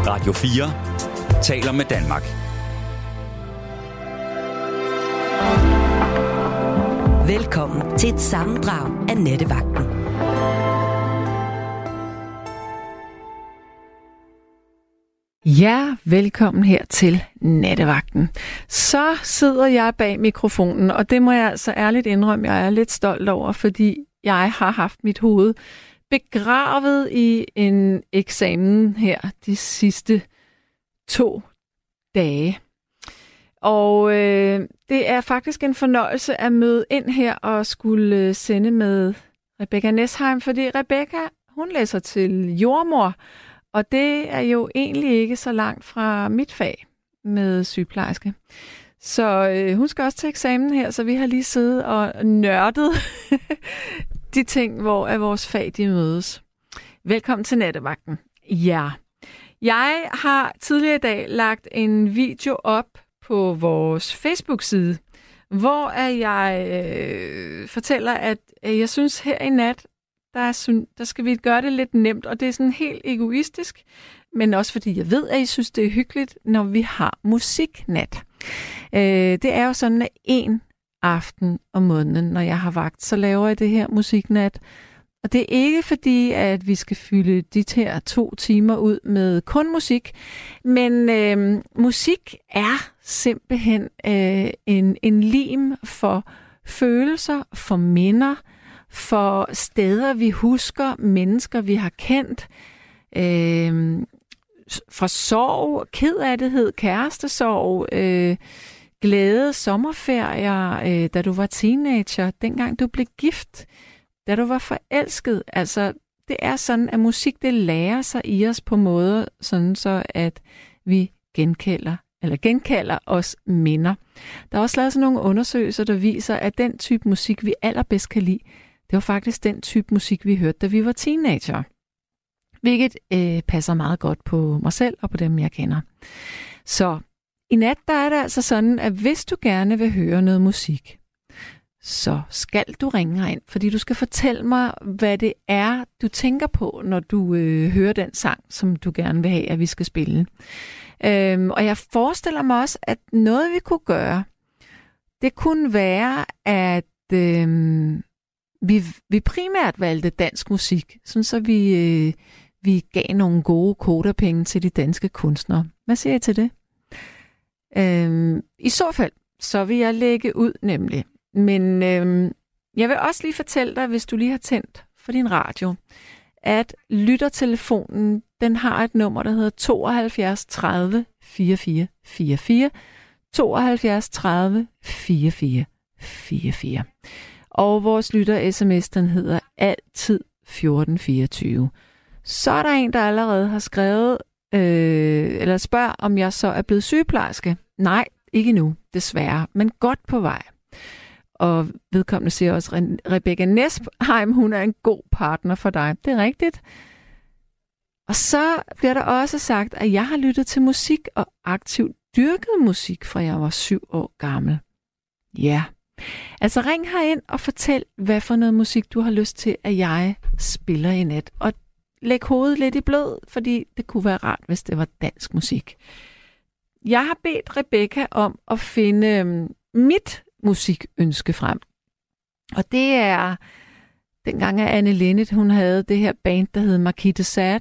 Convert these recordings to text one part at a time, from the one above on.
Radio 4 taler med Danmark. Velkommen til et sammendrag af Nattevagten. Ja, velkommen her til Nattevagten. Så sidder jeg bag mikrofonen, og det må jeg altså ærligt indrømme, jeg er lidt stolt over, fordi jeg har haft mit hoved begravet i en eksamen her de sidste 2 dage. Og det er faktisk en fornøjelse at møde ind her og skulle sende med Rebecca Nesheim, fordi Rebecca, hun læser til jordmor, og det er jo egentlig ikke så langt fra mit fag med sygeplejerske. Så hun skal også til eksamen her, så vi har lige siddet og nørdet de ting, hvor vores fag de mødes. Velkommen til Nattevagten. Ja, jeg har tidligere i dag lagt en video op på vores Facebook-side, hvor jeg fortæller, at jeg synes her i nat, der skal vi gøre det lidt nemt, og det er sådan helt egoistisk, men også fordi jeg ved, at I synes, det er hyggeligt, når vi har musiknat. Det er jo sådan, at 1 aften om måneden, når jeg har vagt, så laver jeg det her musiknat. Og det er ikke fordi, at vi skal fylde de her 2 timer ud med kun musik, men musik er simpelthen en lim for følelser, for minder, for steder, vi husker, mennesker, vi har kendt, fra sorg, kedattighed, kærestesorg, glæde, sommerferier, da du var teenager, dengang du blev gift, da du var forelsket. Altså, det er sådan, at musik, det lærer sig i os på måder, sådan så, at vi genkalder os minder. Der er også lavet sådan nogle undersøgelser, der viser, at den type musik, vi allerbedst kan lide, det var faktisk den type musik, vi hørte, da vi var teenager. Hvilket passer meget godt på mig selv og på dem, jeg kender. Så i nat, der er det altså sådan, at hvis du gerne vil høre noget musik, så skal du ringe ind, fordi du skal fortælle mig, hvad det er, du tænker på, når du hører den sang, som du gerne vil have, at vi skal spille. Og jeg forestiller mig også, at noget, vi kunne gøre, det kunne være, at vi primært valgte dansk musik, sådan så vi gav nogle gode kodapenge til de danske kunstnere. Hvad siger I til det? I så fald, så vil jeg lægge ud nemlig. Men jeg vil også lige fortælle dig, hvis du lige har tændt for din radio, at lyttertelefonen, den har et nummer, der hedder 72 30 44 44. 72 30 44 44. Og vores lytter-sms, den hedder altid 1424. Så er der en, der allerede har skrevet, eller spørger, om jeg så er blevet sygeplejerske. Nej, ikke nu, desværre, men godt på vej. Og vedkommende siger også, Rebecca Nesheim, hun er en god partner for dig. Det er rigtigt. Og så bliver der også sagt, at jeg har lyttet til musik og aktivt dyrket musik, fra jeg var 7 år gammel. Ja. Altså ring herind og fortæl, hvad for noget musik du har lyst til, at jeg spiller i nat. Og læg hovedet lidt i blød, fordi det kunne være rart, hvis det var dansk musik. Jeg har bedt Rebecca om at finde mit musikønske frem. Og det er dengang, at Anne Linnet, hun havde det her band, der hed Marquis de Sade.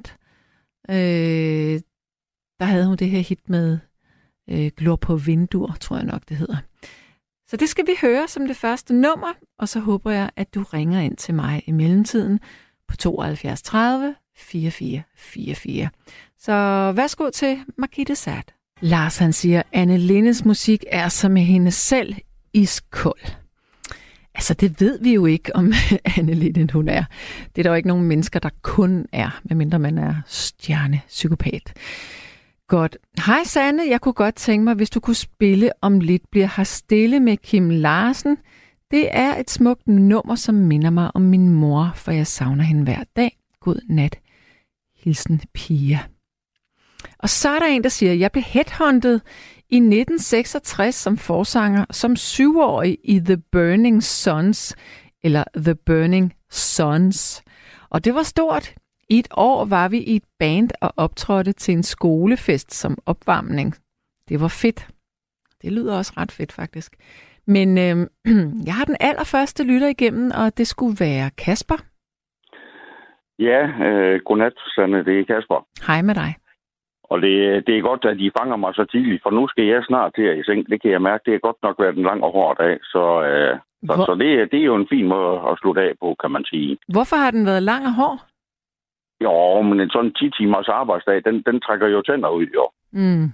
Der havde hun det her hit med Glor på vinduer, tror jeg nok, det hedder. Så det skal vi høre som det første nummer, og så håber jeg, at du ringer ind til mig i mellemtiden på 72 30 44 44. Så værsgo til Marquis de Sade. Lars, han siger, Anne Lindes musik er som hende selv iskold. Altså, det ved vi jo ikke, om Anne Lindet hun er. Det er der jo ikke nogen mennesker, der kun er, medmindre man er stjernepsykopat. Godt. Hej Sanne, jeg kunne godt tænke mig, hvis du kunne spille Om lidt bliver her stille med Kim Larsen. Det er et smukt nummer, som minder mig om min mor, for jeg savner hende hver dag. God nat. Hilsen Pia. Og så er der en, der siger, at jeg blev headhunted i 1966 som forsanger, som 7-årig i The Burning Sons, eller The Burning Sons. Og det var stort I et år var vi i et band og optrådte til en skolefest som opvarmning. Det var fedt. Det lyder også ret fedt, faktisk. Men jeg har den allerførste lytter igennem, og det skulle være Kasper. Ja, godnat, Sanne. Det er Kasper. Hej med dig. Og det er godt, at I fanger mig så tidligt, for nu skal jeg snart til i seng. Det kan jeg mærke. Det har godt nok været en lang og hård dag. Så det er jo en fin måde at slutte af på, kan man sige. Hvorfor har den været lang og hård? Jo, men en sådan 10 timers arbejdsdag, den trækker jo tænder ud, jo. Mm.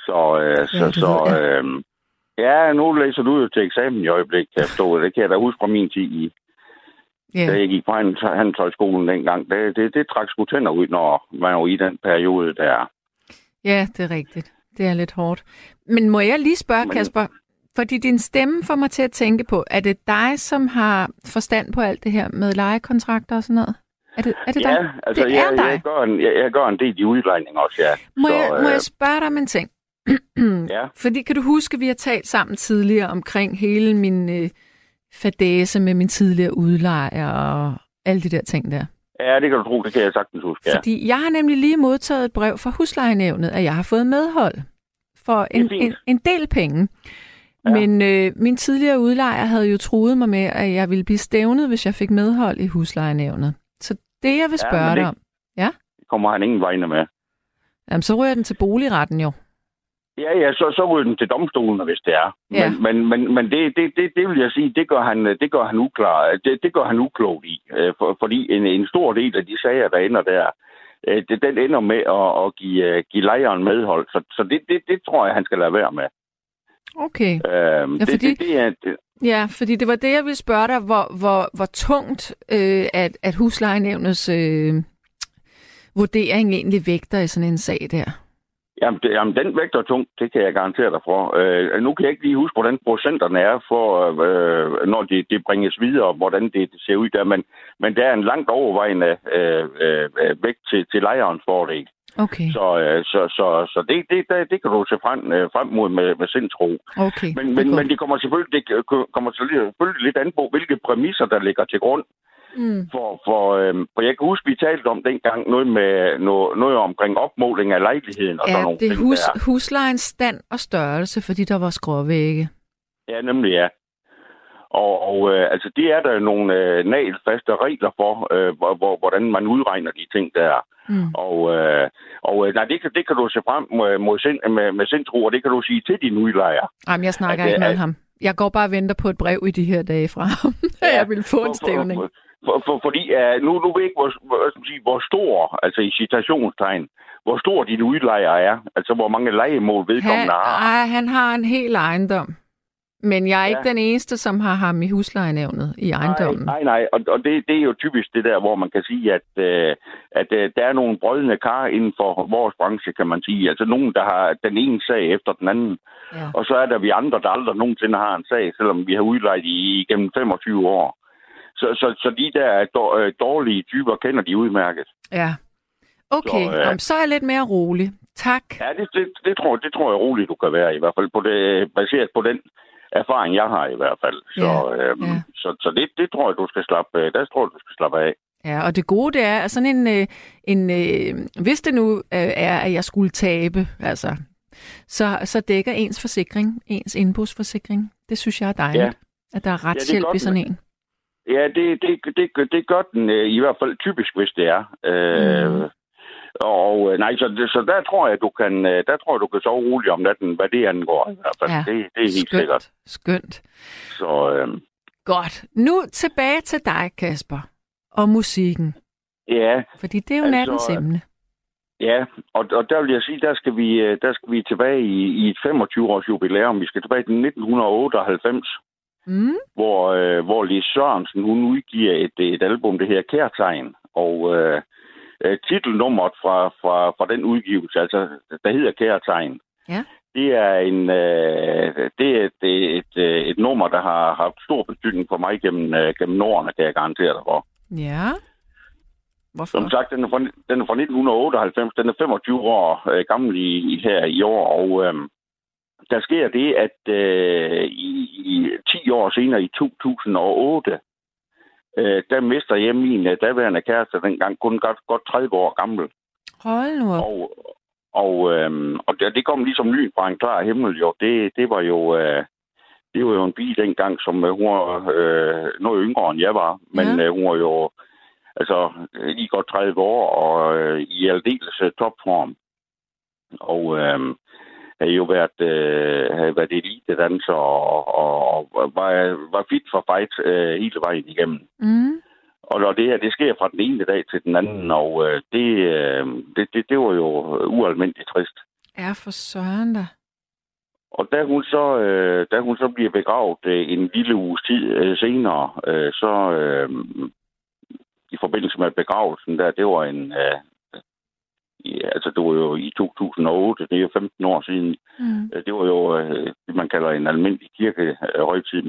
Ja, nu læser du jo til eksamen i øjeblik, kan jeg forstå. Det kan jeg da huske fra min tid da jeg gik på handelshøjskolen dengang. Det trak sgu tænder ud, når man var i den periode der. Ja, det er rigtigt. Det er lidt hårdt. Men må jeg lige spørge, Kasper, fordi din stemme får mig til at tænke på, er det dig, som har forstand på alt det her med lejekontrakter og sådan noget? Er det dig? Ja, altså jeg gør en del i udlejning også, ja. Må jeg spørge dig om en ting? Ja. Fordi kan du huske, at vi har talt sammen tidligere omkring hele min fadæse med min tidligere udlejer og alle de der ting der? Ja, det kan du tro, det kan jeg sagtens huske, ja. Fordi jeg har nemlig lige modtaget et brev fra huslejenævnet, at jeg har fået medhold for en del penge. Ja. Men min tidligere udlejer havde jo truet mig med, at jeg ville blive stævnet, hvis jeg fik medhold i huslejenævnet. Så det, jeg vil spørge dig om... Ja? Kommer han ingen vegne med. Jamen, så ryger den til boligretten jo. Ja, så ryger den til domstolen, hvis det er. Ja. Men det vil jeg sige, det gør han uklar. Det gør han uklogt i. Fordi en stor del af de sager, der ender der, den ender med at give lejeren medhold. Så det tror jeg, han skal lade være med. Okay. Ja, fordi det var det, jeg ville spørge dig, hvor tungt at huslejenævnets vurdering egentlig vægter i sådan en sag der. Jamen, den vægter tungt, det kan jeg garantere dig for. Nu kan jeg ikke lige huske, hvordan procenterne er for, når det bringes videre, hvordan det ser ud der, men der er en langt overvejende vægt til lejerens fordel. Okay. Så det kan du se frem mod med sindsro. Okay. Men det kommer selvfølgelig lidt an på, hvilke præmisser, der ligger til grund. Mm. For jeg kan huske, vi talte om dengang noget omkring opmåling af lejligheden og sådan nogle ting. Ja, det er huslejens stand og størrelse, fordi der var skråvægge. Ja, nemlig ja. Og altså det er der nogle nagelfaste regler for, hvordan man udregner de ting der. Mm. Og det kan du se frem med sindtro, og det kan du sige til din udlejer. Jamen, jeg snakker ikke med ham. Jeg går bare og venter på et brev i de her dage fra ham. Jeg vil få en stævning. Fordi nu ved jeg ikke, hvor stor, altså i citationstegn, hvor stor din udlejer er. Altså, hvor mange lejemål vedkommende har. Han har en hel ejendom. Men jeg er ikke den eneste, som har ham i huslejenævnet i ejendommen. Nej. Og det er jo typisk det der, hvor man kan sige, at der er nogle brødende kar inden for vores branche, kan man sige. Altså nogen, der har den ene sag efter den anden. Ja. Og så er der vi andre, der aldrig nogensinde har en sag, selvom vi har udlejet igennem 25 år. Så de der dårlige typer kender de udmærket. Ja. Okay, så er jeg lidt mere rolig. Tak. Ja, det tror jeg roligt, du kan være i hvert fald, baseret på den erfaring, jeg har i hvert fald. Så det tror jeg, du skal slappe af. Ja, og det gode, det er, at sådan hvis det nu er, at jeg skulle tabe, altså, så dækker ens forsikring, ens indbrudsforsikring. Det synes jeg er dejligt, at der er retshjælp i sådan en. Ja, det gør den i hvert fald typisk, hvis det er. Så der tror jeg, du kan sove roligt om natten, hvad det angår i hvert fald. Ja, det er helt sikkert. Skønt. Godt. Nu tilbage til dig, Kasper, og musikken. Ja. Fordi det er jo nattens emne. Ja, og der vil jeg sige, der skal vi tilbage i et 25-års jubilæum. Vi skal tilbage til 1998. Hvor Lis Sørensen, hun udgiver et album, det her Kærtegn, og titelnummeret fra den udgivelse, altså der hedder Kærtegn. Ja. Det er et nummer, der har haft stor betydning for mig gennem årene, kan jeg garantere dig for. Ja. Hvorfor? Som sagt, den er fra 1998, den er 25 år gammel her i år, og der sker det, at i 10 år senere, i 2008, der mister jeg min daværende kæreste dengang, kun godt 30 år gammel. Hold nu op. Og det kom ligesom lyn fra en klar himmel, jo. Det var jo en pige dengang, som hun var noget yngre, end jeg var. Men hun var jo lige godt 30 år, og i aldeles topform. Og havde jo været elitedanser, og var fit for fight hele vejen igennem. Mm. Og det her, det sker fra den ene dag til den anden, og det var jo ualmindeligt trist. Ja, for søren da. Og da hun så bliver begravet en lille uges tid senere, i forbindelse med begravelsen der, det var det var jo i 2008, det er jo 15 år siden. Mm. Det var jo det, man kalder en almindelig kirkehøjtid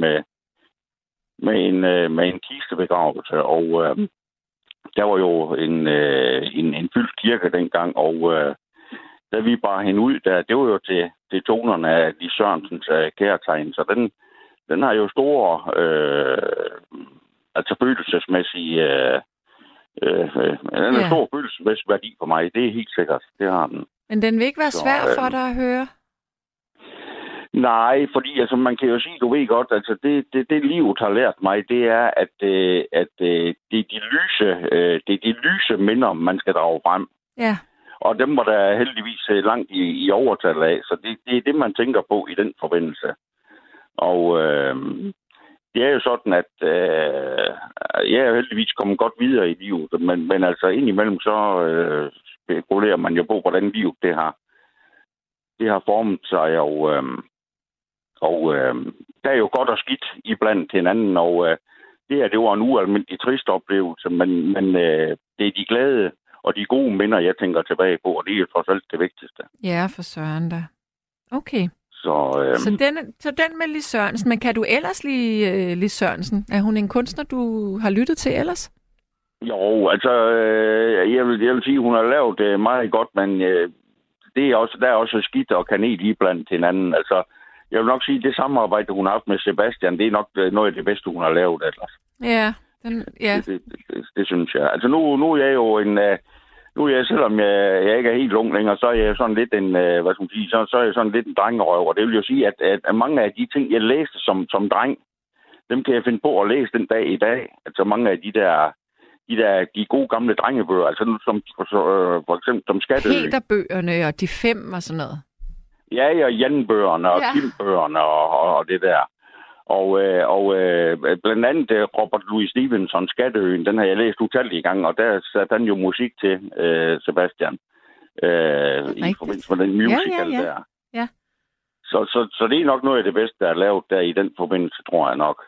med en kistebegravelse, og der var jo en fyldt kirke dengang, og da vi bar hende ud, det var jo til tonerne af de Sørensens kærtegn, så den har jo store følelsesmæssige den har stor følelsesmæssig værdi for mig, det er helt sikkert, det har den. Men den vil ikke være svær for dig at høre? Nej, fordi man kan jo sige, du ved godt, det livet har lært mig, det er, at det er de lyse minder, man skal drage frem. Ja. Og dem var der heldigvis langt i overtal af, så det er det, man tænker på i den forbindelse. Og det er jo sådan, at jeg er heldigvis kommet godt videre i livet, men indimellem så spekulerer man jo på, hvordan livet det har formet sig, og der er jo godt og skidt iblandt hinanden, og det var en ualmindelig trist oplevelse, men det er de glade og de gode minder, jeg tænker tilbage på, og det er jo trods alt det vigtigste. Ja, for søren da. Okay. Så den med Lis Sørensen, men kan du ellers lide Lis Sørensen? Er hun en kunstner, du har lyttet til ellers? Jo, jeg vil sige, hun har lavet meget godt, men der er også skidt og kanel i blandt hinanden. Jeg vil nok sige, at det samarbejde, hun har haft med Sebastian, det er nok noget af det bedste, hun har lavet ellers. Ja. Det synes jeg. Nu er jeg jo selvom jeg ikke er helt ung længere, så er jeg sådan lidt så er jeg sådan lidt en drengerøv. Og det vil jo sige, at mange af de ting, jeg læste som dreng, dem kan jeg finde på at læse den dag i dag. Mange af de gode gamle drengebøger, for eksempel som Skatteøen. Peterbøgerne og de 5 og sådan noget. Ja, og Jan-bøgerne og Kim-bøgerne og det der. Og blandt andet Robert Louis Stevenson, Skatteøen, den har jeg læst utallige gange, og der satte han jo musik til Sebastian i forbindelse med den musical der. Ja. Så det er nok noget af det bedste, der er lavet der i den forbindelse, tror jeg nok.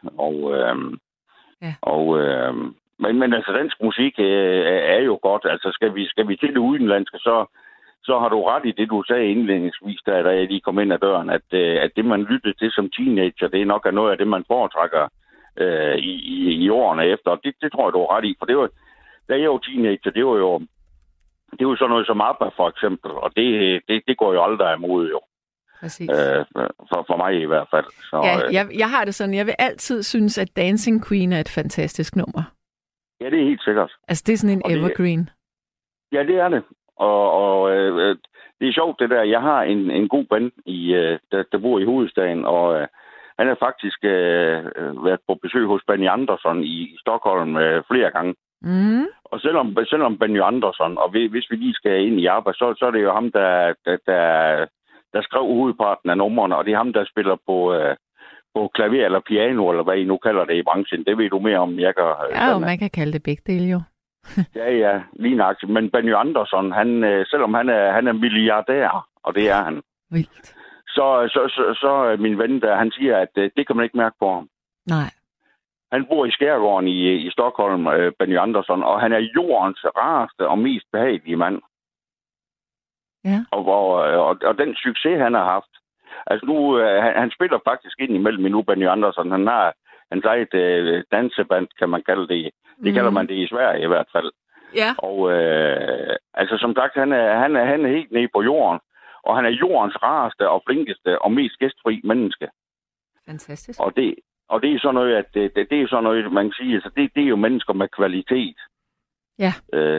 Men dansk musik er jo godt. Skal vi til det udenlandske, så har du ret i det, du sagde indledningsvis, da jeg lige kom ind ad døren, at det, man lyttede til som teenager, det er nok noget af det, man foretrækker i årene efter. Det tror jeg, du har ret i, for det var, da jeg var teenager, det var jo sådan noget som ABBA, for eksempel, og det går jo aldrig imod, jo. Præcis. For mig i hvert fald. Så, jeg har det sådan, jeg vil altid synes, at Dancing Queen er et fantastisk nummer. Ja, det er helt sikkert. Det er sådan en evergreen. Ja, det er det. Og det er sjovt det der. Jeg har en god ven, der bor i hovedstaden, og han har faktisk været på besøg hos Benny Andersson i Stockholm flere gange. Mm. Og selvom Benny Andersson, og hvis vi lige skal ind i arbejde, så er det jo ham, der skrev hovedparten af numrene, og det er ham, der spiller på klaver eller piano, eller hvad I nu kalder det i branchen. Det ved du mere om, jeg gør. Ja, man kan kalde det begge dele jo. Ja, lige nøjagtigt. Men Benny Andersson, selvom han er milliardær, og det er han. Vildt. Så min ven der, han siger, at det kan man ikke mærke på ham. Nej. Han bor i skærgården i Stockholm, Benny Andersson, og han er jordens rareste og mest behagelige mand. Ja. Og den succes, han har haft. Nu, han spiller faktisk ind imellem nu, Benny Andersson. Han har hans eget danseband, kan man kalde det. Det kalder man det i Sverige i hvert fald. Ja. Og som sagt, han er helt nede på jorden. Og han er jordens rareste og flinkeste og mest gæstfri menneske. Fantastisk. Og Og det er sådan noget, at det er sådan noget, man kan sige, altså det er jo mennesker med kvalitet. Ja.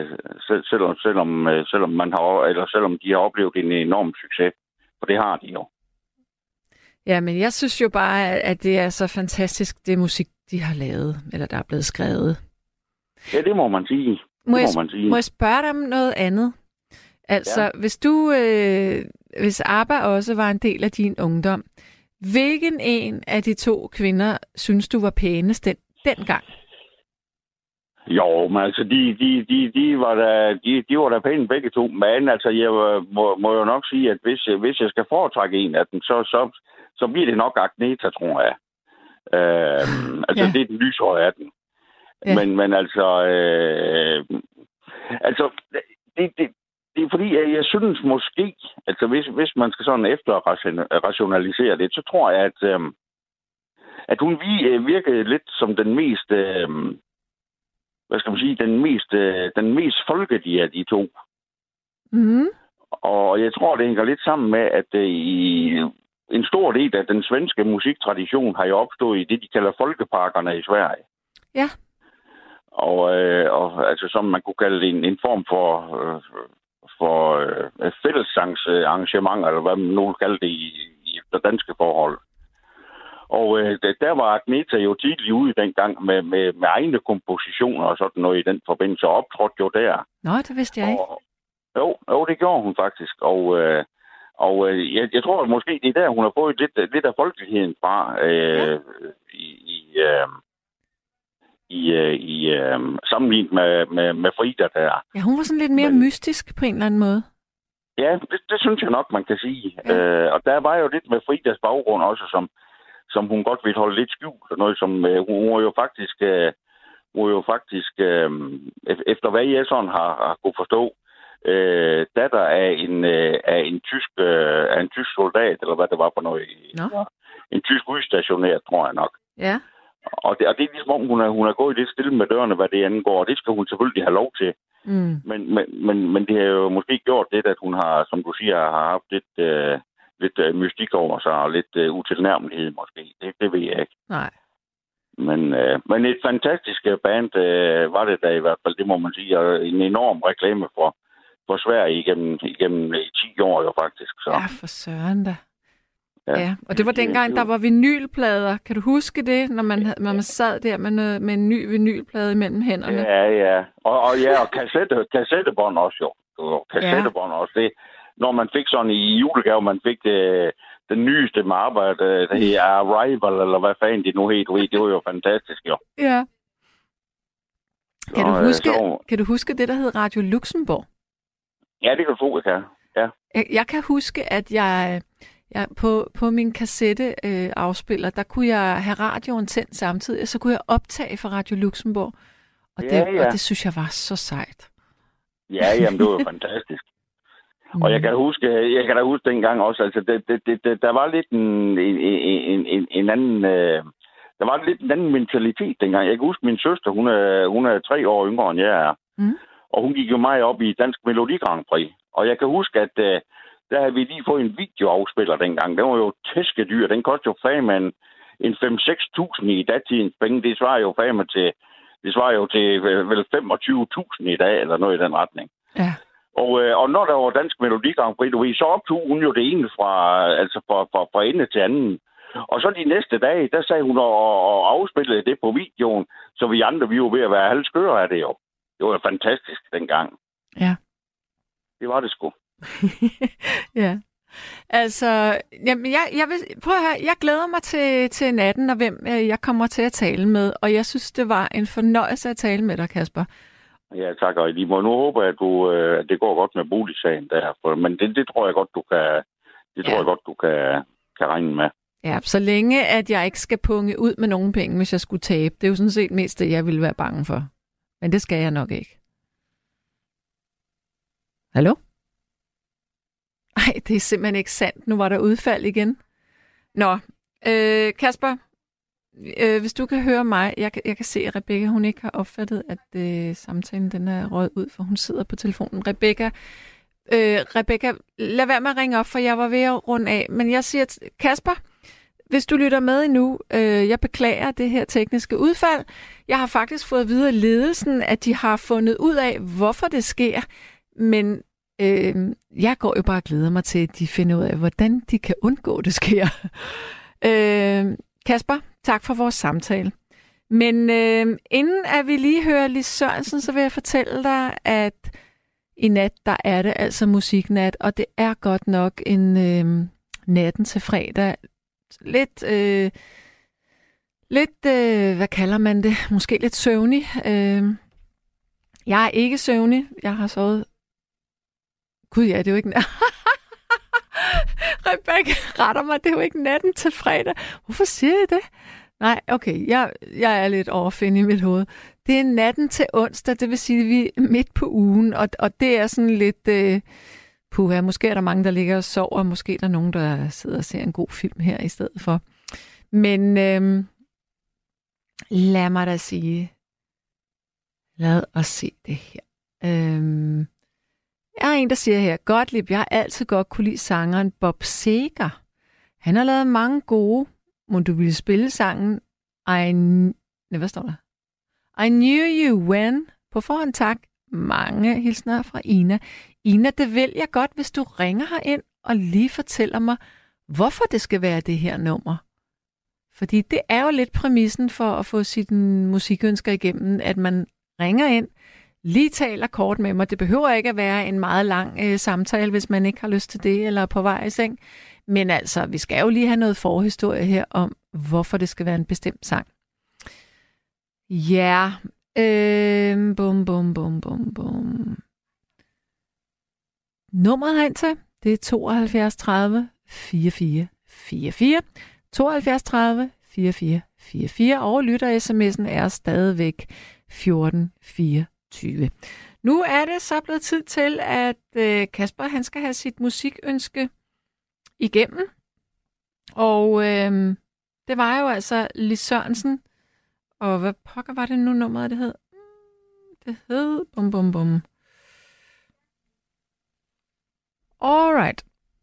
Selvom man har, eller selvom de har oplevet en enorm succes. For det har de jo. Ja, men jeg synes jo bare, at det er så fantastisk, det musik, de har lavet, eller der er blevet skrevet. Ja, det må man sige. Må jeg spørge dig om noget andet? Altså, ja. Hvis ABBA også var en del af din ungdom, hvilken en af de to kvinder synes du var pænest dengang? Jo, men altså, de var da pæne begge to. Men altså, jeg må jo nok sige, at hvis jeg skal foretrække en af dem, så bliver det nok Agnetha, tror jeg. Altså, ja. Det er den lyshøje af den. Ja. Men altså... det er fordi, jeg synes måske, altså hvis man skal sådan efter rationalisere det, så tror jeg, at hun virkede lidt som den mest... hvad skal man sige, den mest folkelige af de to. Mm. Og jeg tror, det hænger lidt sammen med, at en stor del af den svenske musiktradition har jo opstået i det, de kalder folkeparkerne i Sverige. Ja. Og altså, som man kunne kalde det en form for fællessangsarrangement, eller hvad man nu kalder det i danske forhold. Og der var Agnetha jo tidligt ude dengang med egne kompositioner og sådan noget i den forbindelse, og optrådte jo der. Nå, det vidste jeg ikke. Jo, det gjorde hun faktisk. Og jeg tror at måske, det er der, hun har fået lidt af folkeligheden fra sammenlignet med Frida der. Ja, hun var sådan lidt mere mystisk på en eller anden måde. Ja, det synes jeg nok, man kan sige. Ja. Og der var jo lidt med Fridas baggrund også, som hun godt ville holde lidt skjult, og noget som hun var jo faktisk efter hvad jeg sådan har kunne forstå, datter af en tysk soldat, eller hvad det var for noget. No. En tysk udstationeret, tror jeg nok. Ja. Og det er ligesom om, hun er gået lidt stille med dørene, hvad det angår, og det skal hun selvfølgelig have lov til. Mm. Men det har jo måske gjort det, at hun har, som du siger, har haft lidt mystik over sig, og lidt utilnærmelighed måske. Det ved jeg ikke. Nej. Men et fantastisk band var det da i hvert fald, det må man sige, og en enorm reklame for Sverige igennem 10 år jo faktisk. Så. Ja, for søren da. Ja, og det var dengang, der var vinylplader. Kan du huske det, når man sad der med en ny vinylplade imellem hænderne? Ja. Og kassettebånd også jo. Kassettebånd også. Det, når man fik sådan i julegave, man fik den nyeste med arbejde, der hedder Arrival, eller hvad fanden det nu helt ved. Det var jo fantastisk, jo. Ja. Kan du huske det, der hed Radio Luxembourg? Ja, det kan du tro, jeg kan. Ja. Jeg kan huske, at jeg på min kassetteafspiller, der kunne jeg have radioen tændt samtidig, og så kunne jeg optage fra Radio Luxembourg. Og det synes jeg var så sejt. Ja, jamen det var jo fantastisk. Og jeg kan da huske dengang også, altså der var lidt en anden, der var lidt en anden mentalitet dengang. Jeg kan huske min søster, hun er 3 år yngre end jeg er. Mm. Og hun gik jo meget op i Dansk Melodi Grand Prix. Og jeg kan huske, at der havde vi lige fået en videoafspiller dengang. Den var jo tæskedyr. Den kostede jo fandme en 5-6.000 i datidens penge. Det svarer jo til vel 25.000 i dag, eller noget i den retning. Ja. Og når der var Dansk Melodi Grand Prix, så optog hun jo det ene fra ende til anden. Og så de næste dage, der sagde hun og afspillede det på videoen, så vi andre, vi var ved at være halvskøre af det jo. Det var fantastisk dengang. Ja. Det var det sgu. Ja. Altså, jamen, jeg vil prøv at høre, jeg glæder mig til natten, og hvem jeg kommer til at tale med, og jeg synes, det var en fornøjelse at tale med dig, Kasper. Ja, tak, og lige må nu håbe, at det går godt med boligsagen der, men det tror jeg godt, du kan regne med. Ja, så længe, at jeg ikke skal punge ud med nogen penge, hvis jeg skulle tabe. Det er jo sådan set mest det, jeg ville være bange for. Men det skal jeg nok ikke. Hallo? Nej, det er simpelthen ikke sandt. Nu var der udfald igen. Nå, Kasper, hvis du kan høre mig, jeg kan se, at Rebecca, hun ikke har opfattet, at samtalen den er røget ud, for hun sidder på telefonen. Rebecca, lad være med at ringe op, for jeg var ved at runde af. Men jeg siger, Kasper, hvis du lytter med endnu, jeg beklager det her tekniske udfald. Jeg har faktisk fået at vide af ledelsen, at de har fundet ud af, hvorfor det sker. Men jeg går jo bare og glæder mig til, at de finder ud af, hvordan de kan undgå, det sker. Kasper, tak for vores samtale. Men inden at vi lige hører Lis Sørensen, så vil jeg fortælle dig, at i nat, der er det altså musiknat, og det er godt nok en natten til fredag. Lidt, hvad kalder man det? Måske lidt søvnig. Jeg er ikke søvnig. Jeg har sovet. Gud ja, det er jo ikke... Rebecca retter mig, det er jo ikke natten til fredag. Hvorfor siger jeg det? Nej, okay, jeg er lidt overfinde i mit hoved. Det er natten til onsdag, det vil sige, at vi er midt på ugen, og det er sådan lidt... puha, måske er der mange, der ligger og sover, og måske er der nogen, der sidder og ser en god film her i stedet for. Men lad mig da sige... Lad os se det her. Jeg er en, der siger her, Gottlieb, jeg har altid godt kunne lide sangeren Bob Seger. Han har lavet mange gode, må du ville spille sangen hvad står der? I Knew You When. På forhånd tak. Mange hilsner fra Ina. Ina, det vil jeg godt, hvis du ringer herind og lige fortæller mig, hvorfor det skal være det her nummer. Fordi det er jo lidt præmissen for at få sit musikønsker igennem, at man ringer ind, lige taler kort med mig. Det behøver ikke at være en meget lang samtale, hvis man ikke har lyst til det, eller er på vej i seng. Men altså, vi skal jo lige have noget forhistorie her om, hvorfor det skal være en bestemt sang. Ja, bum, bum, bum, bum, bum. Nummeret herind til, det er 72 30 44 44. 72 30 44 44. Og lytter-sms'en er stadigvæk 1424. Nu er det så blevet tid til, at Kasper han skal have sit musikønske igennem. Og det var jo altså Lis Sørensen. Og hvad pokker var det nu nummeret, det hed? Det hed... Bum, bum, bum. Alright.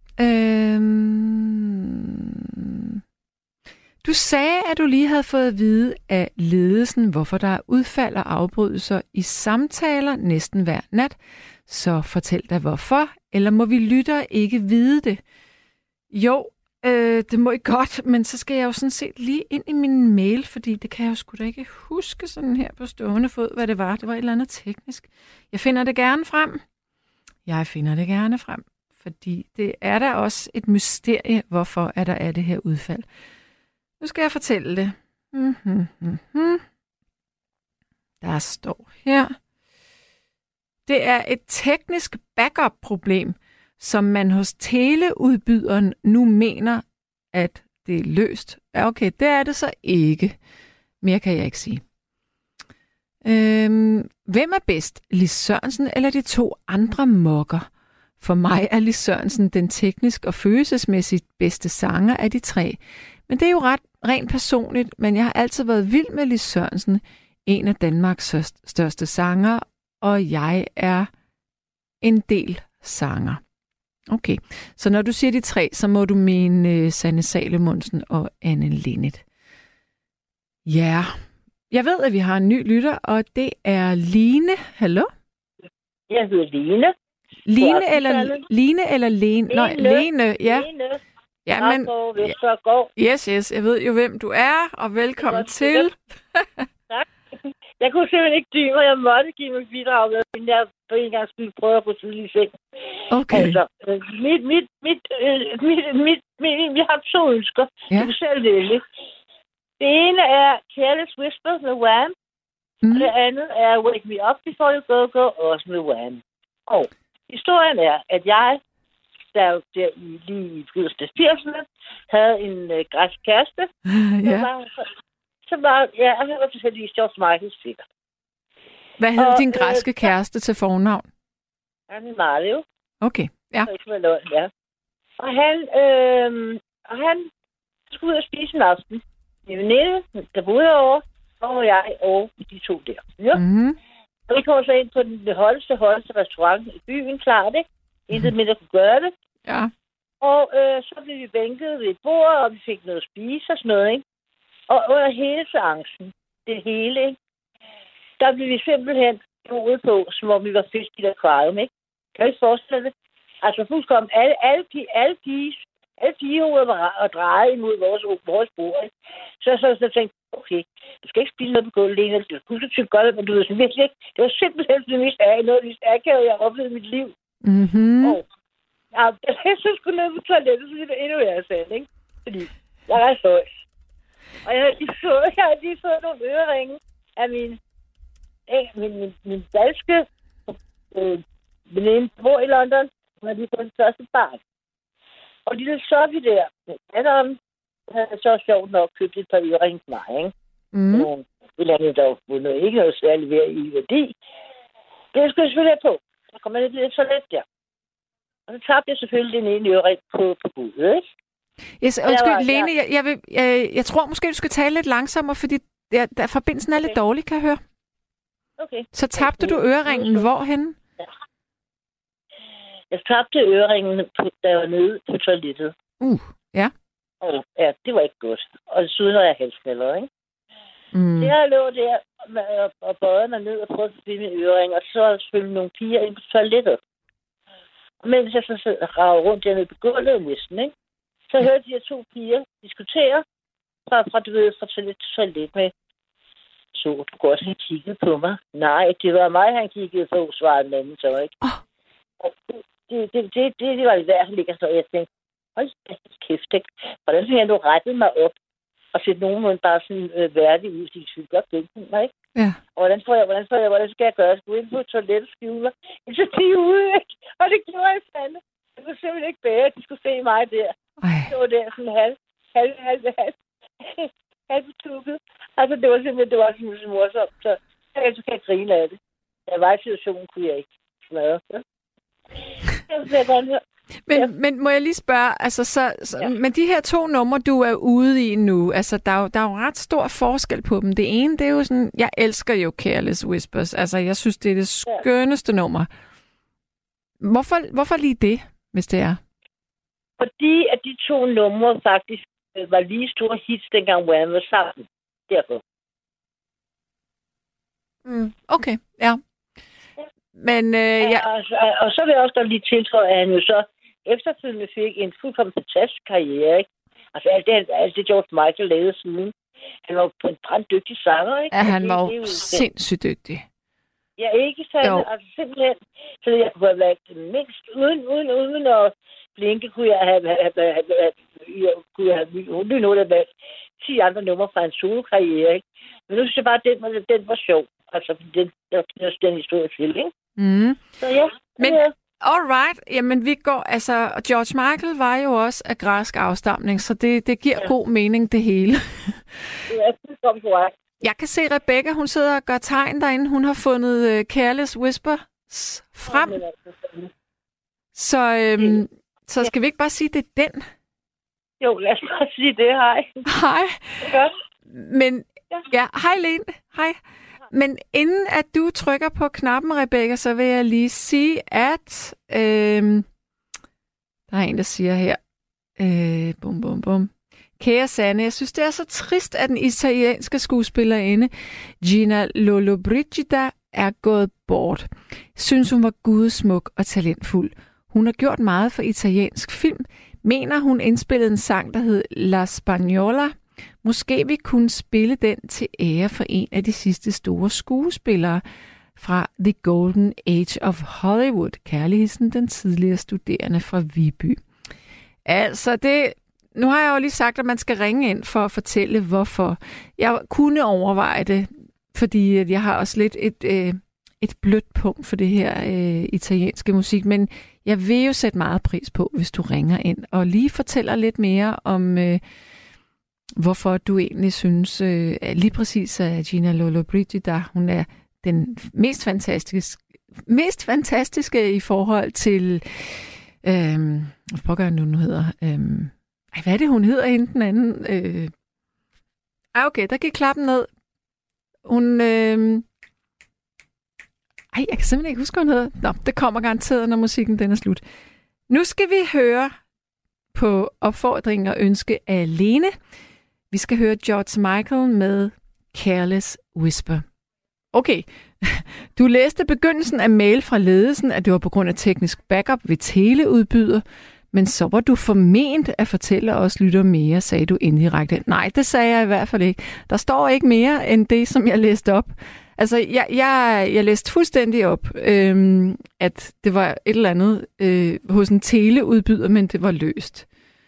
Du sagde, at du lige havde fået at vide af ledelsen, hvorfor der er udfald og afbrydelser i samtaler næsten hver nat. Så fortæl dig hvorfor, eller må vi lyttere ikke vide det? Jo, det må I godt, men så skal jeg jo sådan set lige ind i min mail, fordi det kan jeg jo sgu da ikke huske sådan her på stående fod, hvad det var. Det var et eller andet teknisk. Jeg finder det gerne frem. Fordi det er da også et mysterie, hvorfor er der er det her udfald. Nu skal jeg fortælle det. Der står her. Det er et teknisk backup-problem, som man hos teleudbyderen nu mener, at det er løst. Ja, okay, det er det så ikke. Mere kan jeg ikke sige. Hvem er bedst? Lis Sørensen eller de to andre mokker? For mig er Lis Sørensen den teknisk og følelsesmæssigt bedste sanger af de tre. Men det er jo rent personligt, men jeg har altid været vild med Lis Sørensen, en af Danmarks største sanger, og jeg er en del sanger. Okay, så når du siger de tre, så må du mene Sanne Salomonsen og Anne Linnet. Ja, jeg ved, at vi har en ny lytter, og det er Line. Hallo? Jeg hedder Line. Line eller Lene? Nå, Lene, ja. Lene. Ja, men... Yes, jeg ved jo, hvem du er, og velkommen til. Tak. Jeg kunne simpelthen ikke dybe, og jeg måtte give mig bidrag, men jeg for en gang skulle prøve at få tidlig seng. Okay. Altså, jeg har to ønsker. Ja. Du selv vælge. Det ene er Careless Whisper med Wham. Og det andet er Wake Me Up Before You Go, også med Wham. Og historien er, at jeg, der lige i begyndelsen af 80'erne, havde en græsk kæreste. Ja. Jeg var tilfældigvis George Michaels sikker. Hvad hed din græske kæreste til fornavn? Han er Mario. Okay, ja. Ja. Og han skulle ud og spise en aften. Min veninde, der boede over, og jeg og de to der. Ja. Mm-hmm. Og vi kom så ind på den højeste restaurant i byen, klart, ikke? Intet med, der kunne gøre det. Ja. Og så blev vi bænket ved et bord, og vi fik noget at spise og sådan noget, ikke? Og under hele seancen, det hele, ikke? Der blev vi simpelthen roet på, som om vi var fisk i et akvarium, ikke? Kan I forestille det? Altså fuldkommen alle pigehoveder var og dreje imod vores bord, ikke? Så tænkte okay, du skal ikke spille noget på gulvet, Lena. Du skal tykke godt, men du ved sådan virkelig ikke. Det var simpelthen det mest akavet, jeg har oplevet i mit liv. Mhm. Og jeg så skulle ned på toilettet, så det var endnu værre selv, ikke? Fordi jeg er så høj. Og jeg har lige fået nogle øreringe af min danske veninde, bor i London, og har lige fået den første barn. Og lille Sofie der, Adam, havde så sjovt nok købt et par øreringe til mig, ikke? Nogle ville dog ikke noget særligt ved i værdi. Det skulle jeg selvfølgelig på. Så kom jeg lidt så let der. Og så tabte jeg selvfølgelig den ene ørering på gulvet, ikke? Yes, undskyld, Lene, jeg tror måske, du skal tale lidt langsommere, fordi forbindelsen er lidt dårlig, kan jeg høre. Okay. Så tabte du øreringen hvorhenne? Ja. Jeg tabte øreringen, da jeg var nede på toilettet. Ja. Og ja, det var ikke godt. Og desuden var jeg halsknælder, ikke? Så jeg lå der og bøjede mig ned og prøvede at finde min ørering, og så var der selvfølgelig nogle piger ind på toilettet. Og mens jeg så sad og ravede rundt dernede på gulvet næsten, ikke? Så hørte de her 2 piger diskutere fra toilet til toilet med. Så du går også, han kiggede på mig. Nej, det var mig, han kiggede på, svarede den anden så, ikke? Det var det værd, han ligger så, og jeg tænkte, hold kæft, ikke? Hvordan fik jeg nu rettet mig op og sætte nogenlunde bare sådan værdig ud, de skulle godt bænke mig, ikke? Ja. Og hvordan skal jeg gøre? Jeg skulle ind på toilettet og skjule mig. Så de er ude, ikke? Og det gjorde jeg fandme. Jeg kunne simpelthen ikke bære, at de skulle se mig der. Det var der sådan halvbetukket. Altså, det var simpelthen morsomt. Så jeg kan grine af det. Jeg var i situationen, kunne jeg ikke smadre. Ja. Men må jeg lige spørge, altså med de her 2 numre, du er ude i nu, altså der er jo ret stor forskel på dem. Det ene, det er jo sådan, jeg elsker jo Careless Whispers. Altså, jeg synes, det er det skønneste nummer. Hvorfor lige det, hvis det er? Fordi at de 2 numre faktisk var lige store hits, dengang Wham var sammen. Derfor. Okay, ja. Men, og så vil jeg også lige tilføje, at han jo så efterfølgende fik en fuldkommen fantastisk karriere, ikke? Altså alt det George Michael lavede siden. Han var en branddygtig sanger, ikke? Ja, han var jo sindssygt dygtig. Ja, ikke sandt? Altså simpelthen. Så jeg kunne have været mindst uden at blinke, kunne jeg have noget af været 10 andre numre fra en solo-karriere, ikke? Men nu synes jeg bare, at den var sjov. Altså, den historie til, ikke? Så ja. Men, alright. Jamen, vi går, altså, George Michael var jo også af græsk afstamning, så det giver god mening, det hele. Ja, det kom korrekt. Jeg kan se, Rebecca, hun sidder og gør tegn derinde. Hun har fundet Careless Whisper frem. Så skal vi ikke bare sige, det er den? Jo, lad os bare sige det. Hej. Hej. Godt. Men, ja, hej Lene. Hej. Men inden at du trykker på knappen, Rebecca, så vil jeg lige sige, at der er en, der siger her, kære Sanne, jeg synes, det er så trist, at den italienske skuespillerinde Gina Lollobrigida er gået bort. Synes, hun var gudsmuk og talentfuld. Hun har gjort meget for italiensk film. Mener, hun indspillede en sang, der hed La Spagnola. Måske vi kunne spille den til ære for en af de sidste store skuespillere fra The Golden Age of Hollywood. Kærligheden, den tidligere studerende fra Viby. Altså, nu har jeg jo lige sagt, at man skal ringe ind for at fortælle, hvorfor. Jeg kunne overveje det, fordi jeg har også lidt et blødt punkt for det her italienske musik, men jeg vil jo sætte meget pris på, hvis du ringer ind og lige fortæller lidt mere om, hvorfor du egentlig synes, lige præcis at Gina Lollobrigida, hun er den mest fantastiske i forhold til, hvad pokker nu hedder, hvad er det, hun hedder hende den anden? Okay, der gik klappen ned. Hun, jeg kan simpelthen ikke huske, hvad hun hedder. Nå, det kommer garanteret, når musikken den er slut. Nu skal vi høre på opfordring og ønske af Lene. Vi skal høre George Michael med Careless Whisper. Okay, du læste begyndelsen af mail fra ledelsen, at det var på grund af teknisk backup ved teleudbyder, men så var du forment at fortælle os lytter mere, sagde du indirekte. Nej, det sagde jeg i hvert fald ikke. Der står ikke mere end det, som jeg læste op. Altså, jeg læste fuldstændig op, at det var et eller andet hos en teleudbyder, men det var løst.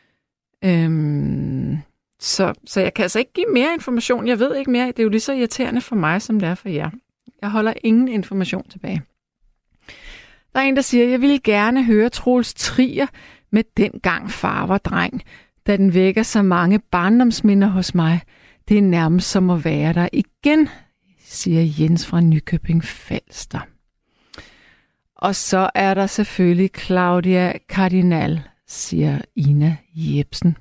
Så jeg kan altså ikke give mere information. Jeg ved ikke mere. Det er jo lige så irriterende for mig, som det er for jer. Jeg holder ingen information tilbage. Der er en, der siger, jeg ville gerne høre Troels Trier med dengang far var dreng, da den vækker så mange barndomsminder hos mig. Det er nærmest som at være der igen, siger Jens fra Nykøbing Falster. Og så er der selvfølgelig Claudia Cardinal, siger Ina Jebsen.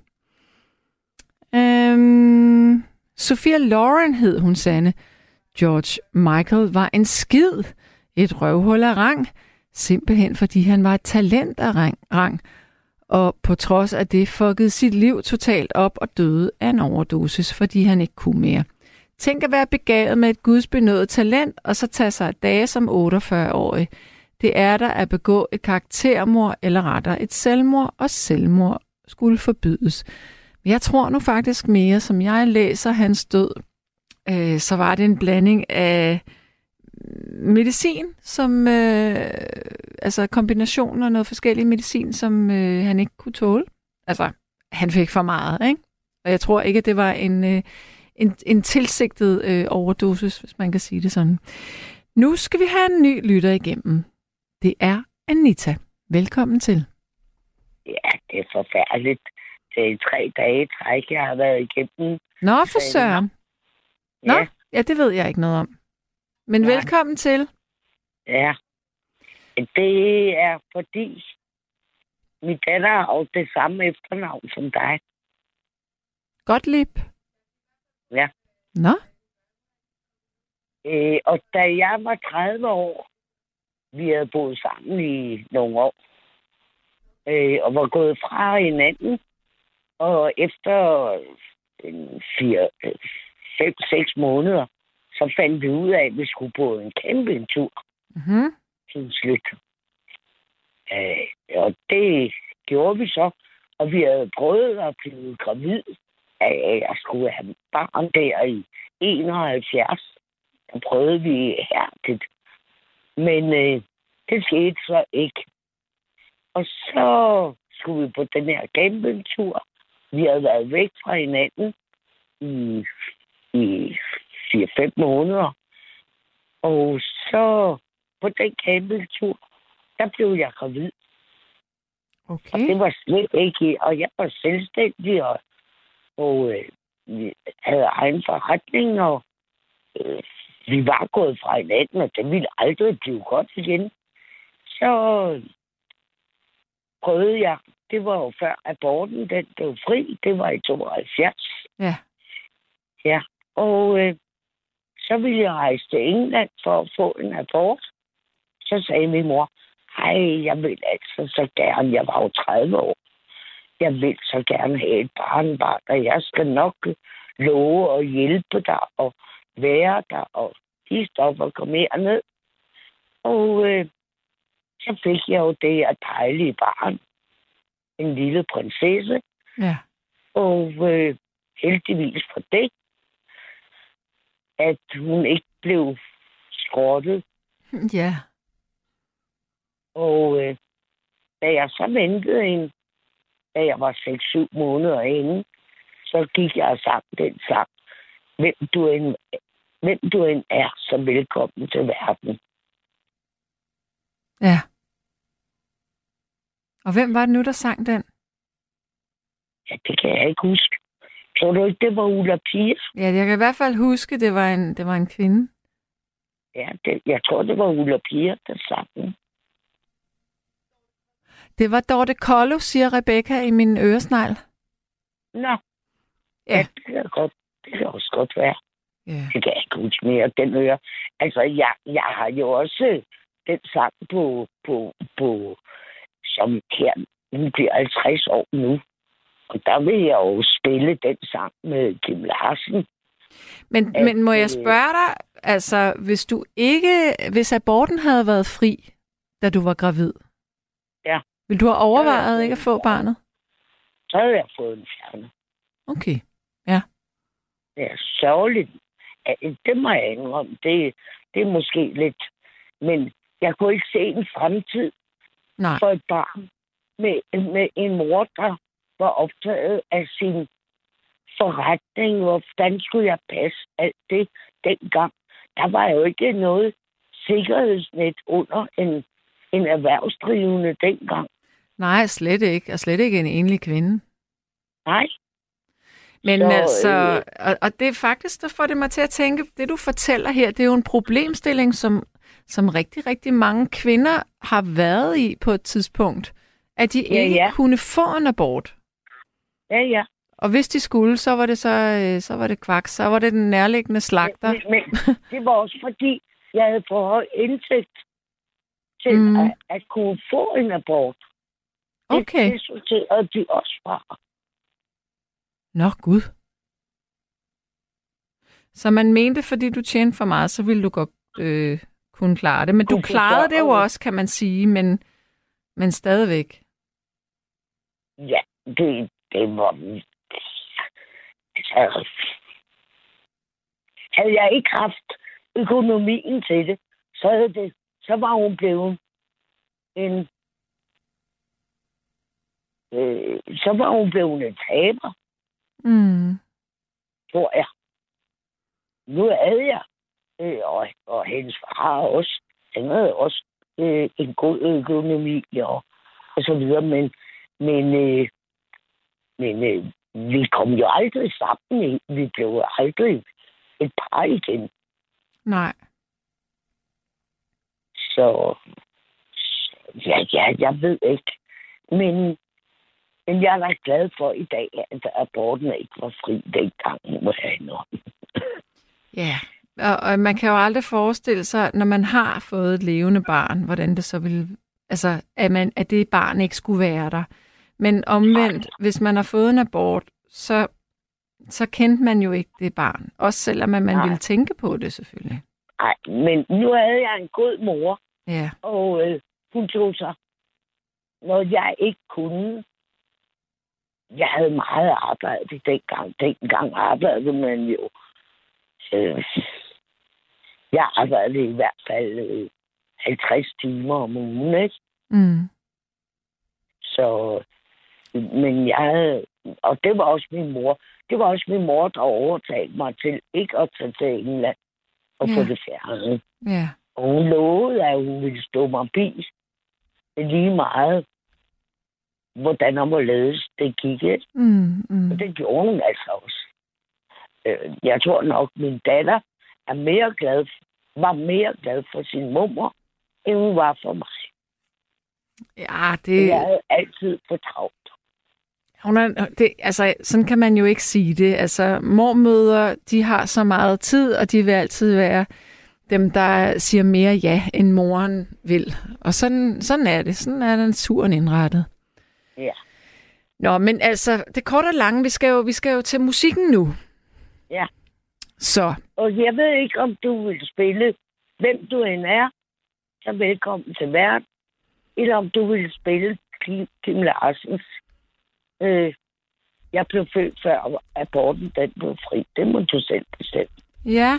Sofia Loren hed hun, Sanne. George Michael var en skid, et røvhul af rang, simpelthen fordi han var et talent af rang, og på trods af det fuckede sit liv totalt op og døde af en overdosis, fordi han ikke kunne mere. Tænk at være begavet med et gudsbenådet talent, og så tage sig af dage som 48-årig. Det er der at begå et karaktermord, eller rettere et selvmord, og selvmord skulle forbydes. Men jeg tror nu faktisk mere, som jeg læser hans død, så var det en blanding af medicin, som altså kombinationen af noget forskellig medicin, som han ikke kunne tåle. Altså, han fik for meget, ikke? Og jeg tror ikke, at det var en tilsigtet overdosis, hvis man kan sige det sådan. Nu skal vi have en ny lytter igennem. Det er Anita. Velkommen til. Ja, det er forfærdeligt. Det er 3 dage træk, jeg har været igennem. Nå, for søren. Nå, ja, det ved jeg ikke noget om. Men ja. Velkommen til. Ja. Det er fordi, min datter har det samme efternavn som dig. Gottlieb. Ja. Nå. Og da jeg var 30 år, vi havde boet sammen i nogle år, og var gået fra hinanden, og efter 5-6 måneder, så fandt vi ud af, at vi skulle på en campingtur. Mm-hmm. Til slut. Og det gjorde vi så, og vi havde prøvet at blive gravid. Jeg skulle have barn der i 71. Der prøvede vi hærdigt. Men det skete så ikke. Og så skulle vi på den her campingtur. Vi havde været væk fra hinanden i 4-5 måneder. Og så på den campingtur, der blev jeg gravid. Okay. Og det var slet ikke, og jeg var selvstændig, og vi havde egen forretning, og vi var gået fra hinanden, og det ville aldrig blive godt igen. Så prøvede jeg, det var jo før aborten, den blev fri, det var i 72. Ja. Ja, og så ville jeg rejse til England for at få en abort. Så sagde min mor, hej, jeg vil altså så gerne, jeg var jo 30 år, jeg vil så gerne have et barnebarn, og jeg skal nok love at hjælpe dig og være der og hist op og komme herned. Og så fik jeg jo det her dejlige barn, en lille prinsesse. Ja. Og heldigvis for det, at hun ikke blev skrottet. Ja. Og da jeg så ventede hende, da jeg var 6-7 måneder inde, så gik jeg og sang den sang. Hvem du end er, så velkommen til verden. Ja. Og hvem var det nu, der sang den? Ja, det kan jeg ikke huske. Tror du ikke, det var Ulla Pia? Ja, jeg kan i hvert fald huske, det var en kvinde. Ja, jeg tror, det var Ulla Pia, der sang den. Det var Dorte Kollo, siger Rebecca i min øresnegl. Nå. Ja, det kan også godt være. Yeah. Det kan jeg ikke huske mere, den øre. Altså, jeg har jo også den sang på som her, hun bliver 50 år nu. Og der vil jeg jo spille den sang med Kim Larsen. Men må jeg spørge dig, altså hvis aborten havde været fri, da du var gravid, ja, ville du have overvejet ikke at få barnet? Så havde jeg fået den fjernet. Okay, ja. Det er sørgeligt. Det må jeg indrømme. Det er måske lidt. Men jeg kunne ikke se en fremtid for et barn med en mor, der var optaget af sin forretning. Hvordan skulle jeg passe alt det dengang? Der var jo ikke noget sikkerhedsnet under en erhvervsdrivende dengang. Nej, slet ikke. Og slet ikke en enlig kvinde. Nej. Men altså, og det er faktisk, der får det mig til at tænke, det du fortæller her, det er jo en problemstilling, som rigtig, rigtig mange kvinder har været i på et tidspunkt, at de ikke kunne få en abort. Ja, ja. Og hvis de skulle, så var det kvaks, så var det den nærliggende slagter. Men det var også fordi, jeg havde for høj indsigt til at kunne få en abort. Okay. Det sorterede de også fra. Nå, Gud. Så man mente, fordi du tjente for meget, så ville du godt kunne klare det. Men du klarede det jo også, kan man sige, men stadigvæk. Ja, det var... Altså, havde jeg ikke haft økonomien til det, så var hun blevet en taber. Tror jeg. Nu havde jeg, og hendes far også, han havde også en god økonomi og så videre, men vi kom jo aldrig sammen. Vi blev aldrig et par igen. Nej. Så jeg ved ikke. Men jeg er da glad for i dag, at aborten ikke var fri dengang, må jeg indrømme. Ja, og man kan jo aldrig forestille sig, når man har fået et levende barn, hvordan det så ville... Altså, at det barn ikke skulle være der. Men omvendt, hvis man har fået en abort, så kendte man jo ikke det barn. Også selvom man ville tænke på det, selvfølgelig. Nej, men nu havde jeg en god mor. Ja. Og hun tog sig, når jeg ikke kunne. Jeg havde meget arbejde dengang. Dengang arbejdede man jo. Jeg arbejdede i hvert fald 50 timer om ugen, ikke? Så, men jeg havde, og det var også min mor. Det var også min mor, der overtalte mig til ikke at tage til England og få det fjernet. Ja. Og hun lovede, at hun ville stå mig bi. Det er lige meget, hvordan og hvorledes det gik. Og det gjorde hun altså også. Jeg tror nok, min datter var mere glad for sin mor, end hun var for mig. Ja, det... Jeg havde altid for travlt. Altså, sådan kan man jo ikke sige det. Altså, mormødre, de har så meget tid, og de vil altid være dem, der siger mere ja, end moren vil. Og sådan er det. Sådan er naturen indrettet. Ja. Nå, men altså, det korte og lange, vi skal jo til musikken nu. Ja. Så. Og jeg ved ikke, om du vil spille, hvem du end er, så velkommen til verden, eller om du vil spille Kim Larsens Jeg blev født før aborten den blev fri. Det må du selv bestemme. Ja.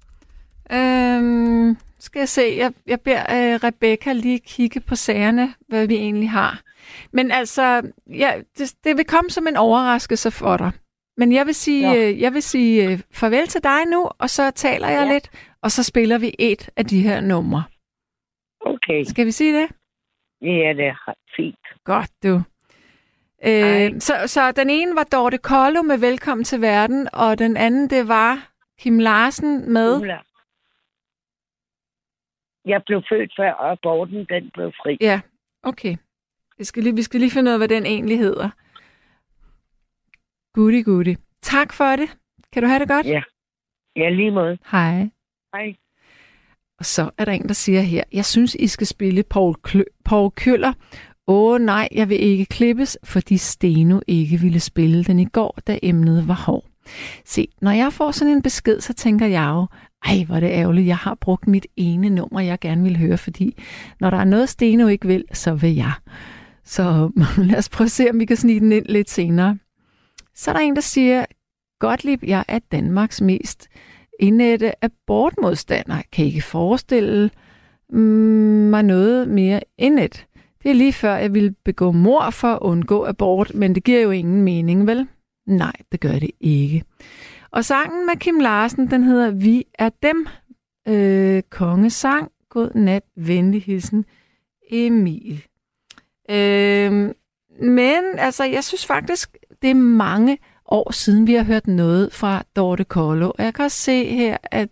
Skal jeg se. Jeg beder Rebecca lige kigge på sagerne, hvad vi egentlig har. Men altså, ja, det vil komme som en overraskelse for dig. Men jeg vil sige farvel til dig nu, og så taler jeg lidt, og så spiller vi et af de her numre. Okay. Skal vi sige det? Ja, det er fint. Godt, du. Så den ene var Dorte Kollo med Velkommen til verden, og den anden, det var Kim Larsen med... Jeg blev født før aborten, den blev fri. Ja, okay. Vi skal lige finde ud af, hvad den egentlig hedder. Goody. Tak for det. Kan du have det godt? Ja. Ja, lige måde. Hej. Hej. Og så er der en, der siger her, jeg synes, I skal spille Poul Køller, Nej, jeg vil ikke klippes, fordi Steno ikke ville spille den i går, da emnet var hård. Se, når jeg får sådan en besked, så tænker jeg jo, hvor er det ærgerligt, jeg har brugt mit ene nummer, jeg gerne vil høre, fordi når der er noget, Steno ikke vil, så vil jeg. Så lad os prøve at se, om vi kan snige den ind lidt senere. Så er der en, der siger, Gottlieb, jeg er Danmarks mest indætte abortmodstander. Kan I ikke forestille mig noget mere indet? Det er lige før, jeg ville begå mord for at undgå abort, men det giver jo ingen mening, vel? Nej, det gør det ikke. Og sangen med Kim Larsen, den hedder Vi er dem. Kongesang. God nat, venlig hilsen, Emil. Men altså, jeg synes faktisk, det er mange år siden, vi har hørt noget fra Dorte Kollo. Og jeg kan også se her, at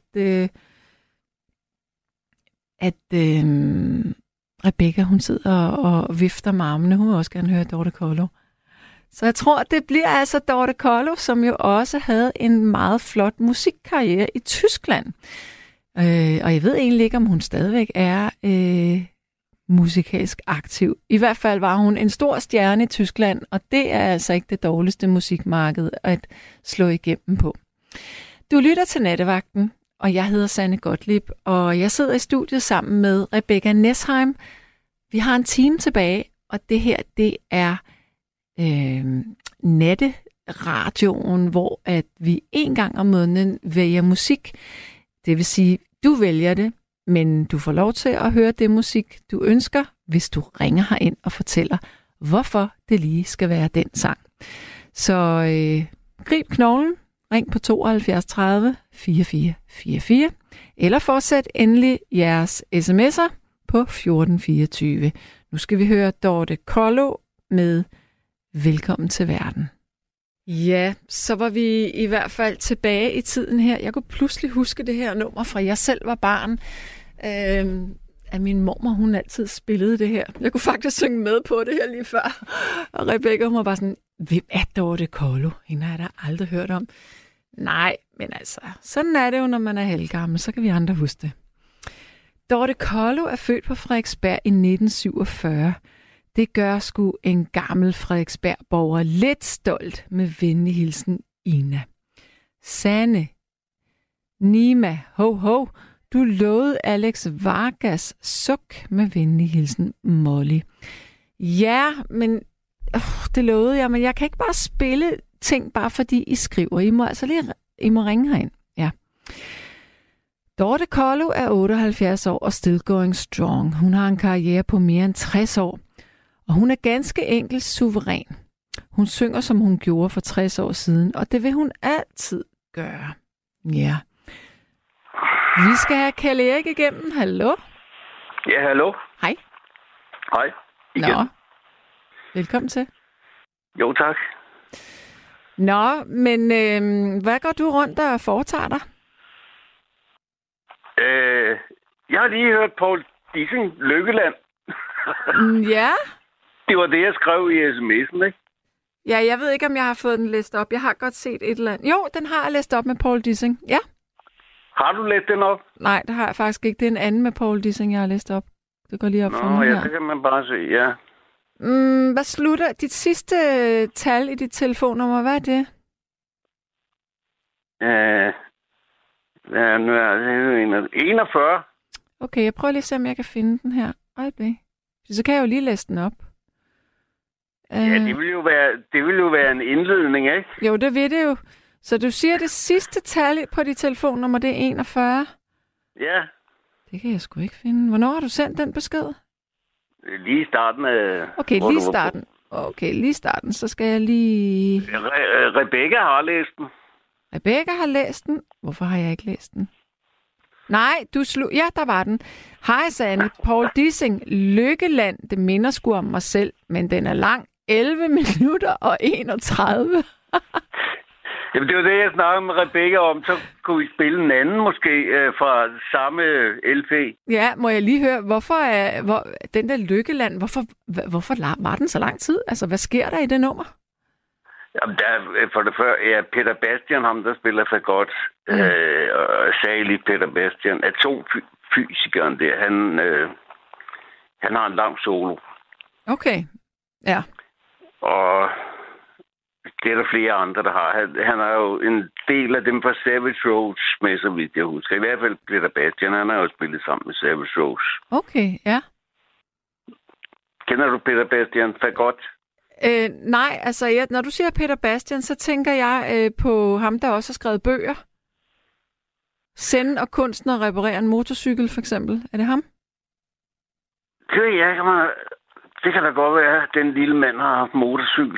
Rebecca, hun sidder og vifter med armene. Hun vil også gerne høre Dorte Kollo. Så jeg tror, det bliver altså Dorte Kollo, som jo også havde en meget flot musikkarriere i Tyskland. Og jeg ved egentlig ikke, om hun stadigvæk er musikalsk aktiv. I hvert fald var hun en stor stjerne i Tyskland, og det er altså ikke det dårligste musikmarked at slå igennem på. Du lytter til Nattevagten, og jeg hedder Sanne Gottlieb, og jeg sidder i studiet sammen med Rebecca Nesheim. Vi har en time tilbage, og det her, det er natteradioen, hvor at vi en gang om måneden vælger musik. Det vil sige, du vælger det, men du får lov til at høre det musik, du ønsker, hvis du ringer herind og fortæller, hvorfor det lige skal være den sang. Så grib knoglen, ring på 72 30 44 44, eller fortsæt endelig jeres sms'er på 1424. Nu skal vi høre Dorte Kollo med Velkommen til verden. Ja, så var vi i hvert fald tilbage i tiden her. Jeg kunne pludselig huske det her nummer fra jeg selv var barn. At min mormor, hun altid spillede det her. Jeg kunne faktisk synge med på det her lige før. Og Rebecca, hun var bare sådan, hvem er Dorte Kollo? Hende har jeg da aldrig hørt om. Nej, men altså, sådan er det jo, når man er halvgammel. Så kan vi andre huske det. Dorte Kollo er født på Frederiksberg i 1947. Det gør sgu en gammel Frederiksberg-borger lidt stolt med venlig hilsen Ina. Sanne, Nima, ho ho, du lovede Alex Vargas suk med venlig hilsen Molly. Ja, men det lovede jeg, men jeg kan ikke bare spille ting, bare fordi I skriver. I må ringe herind. Ja. Dorte Kollo er 78 år og still going strong. Hun har en karriere på mere end 60 år. Og hun er ganske enkelt suveræn. Hun synger, som hun gjorde for 60 år siden, og det vil hun altid gøre. Ja. Vi skal have Kjell Erik igennem. Hallo? Ja, hallo. Hej. Hej. Igen. Nå. Velkommen til. Jo, tak. Nå, men hvad går du rundt og foretager dig? Jeg har lige hørt Paul Dissing, Lykkeland. Ja. Det var det, jeg skrev i sms'en, ikke? Ja, jeg ved ikke, om jeg har fået den læst op. Jeg har godt set et eller andet. Jo, den har jeg læst op med Paul Dissing. Ja. Har du læst den op? Nej, det har jeg faktisk ikke. Det er en anden med Paul Dissing, jeg har læst op. Det går lige op for mig her. Ja, det kan man bare se, ja. Hvad slutter? Dit sidste tal i dit telefonnummer, hvad er det? Nu er det 41. Okay, jeg prøver lige at se, om jeg kan finde den her. Øjeblik. Så kan jeg jo lige læse den op. Ja, det vil jo være en indledning, ikke? Jo, det vil det jo. Så du siger, det sidste tal på dit telefonnummer, det er 41? Ja. Det kan jeg sgu ikke finde. Hvornår har du sendt den besked? Lige i starten af... Okay, lige i starten. Okay, lige i starten. Så skal jeg lige... Rebecca har læst den. Rebecca har læst den? Hvorfor har jeg ikke læst den? Nej, ja, der var den. Hej, Sanne. Paul Dissing, Lykkeland, det minder sgu om mig selv, men den er lang. 11 minutter og 31. Jamen, det var det, jeg snakkede med Rebecca om. Så kunne vi spille en anden måske fra samme LP. Ja, må jeg lige høre, hvorfor den der Lykkeland, hvorfor var den så lang tid? Altså, hvad sker der i det nummer? Jamen, for det første, ja, Peter Bastian, ham der spiller for godt, salig Peter Bastian, atomfysikeren der, han har en lang solo. Okay, ja. Og det er der flere andre, der har. Han er jo en del af dem fra Savage Rose med, så vidt jeg husker. I hvert fald Peter Bastian, han har jo spillet sammen med Savage Rose. Okay, ja. Kender du Peter Bastian? Fagot? Nej, altså når du siger Peter Bastian, så tænker jeg på ham, der også har skrevet bøger. Send og kunsten at reparere en motorcykel, for eksempel. Er det ham? Det ved jeg ikke, man... Det kan da godt være, at den lille mand har haft motorcykel.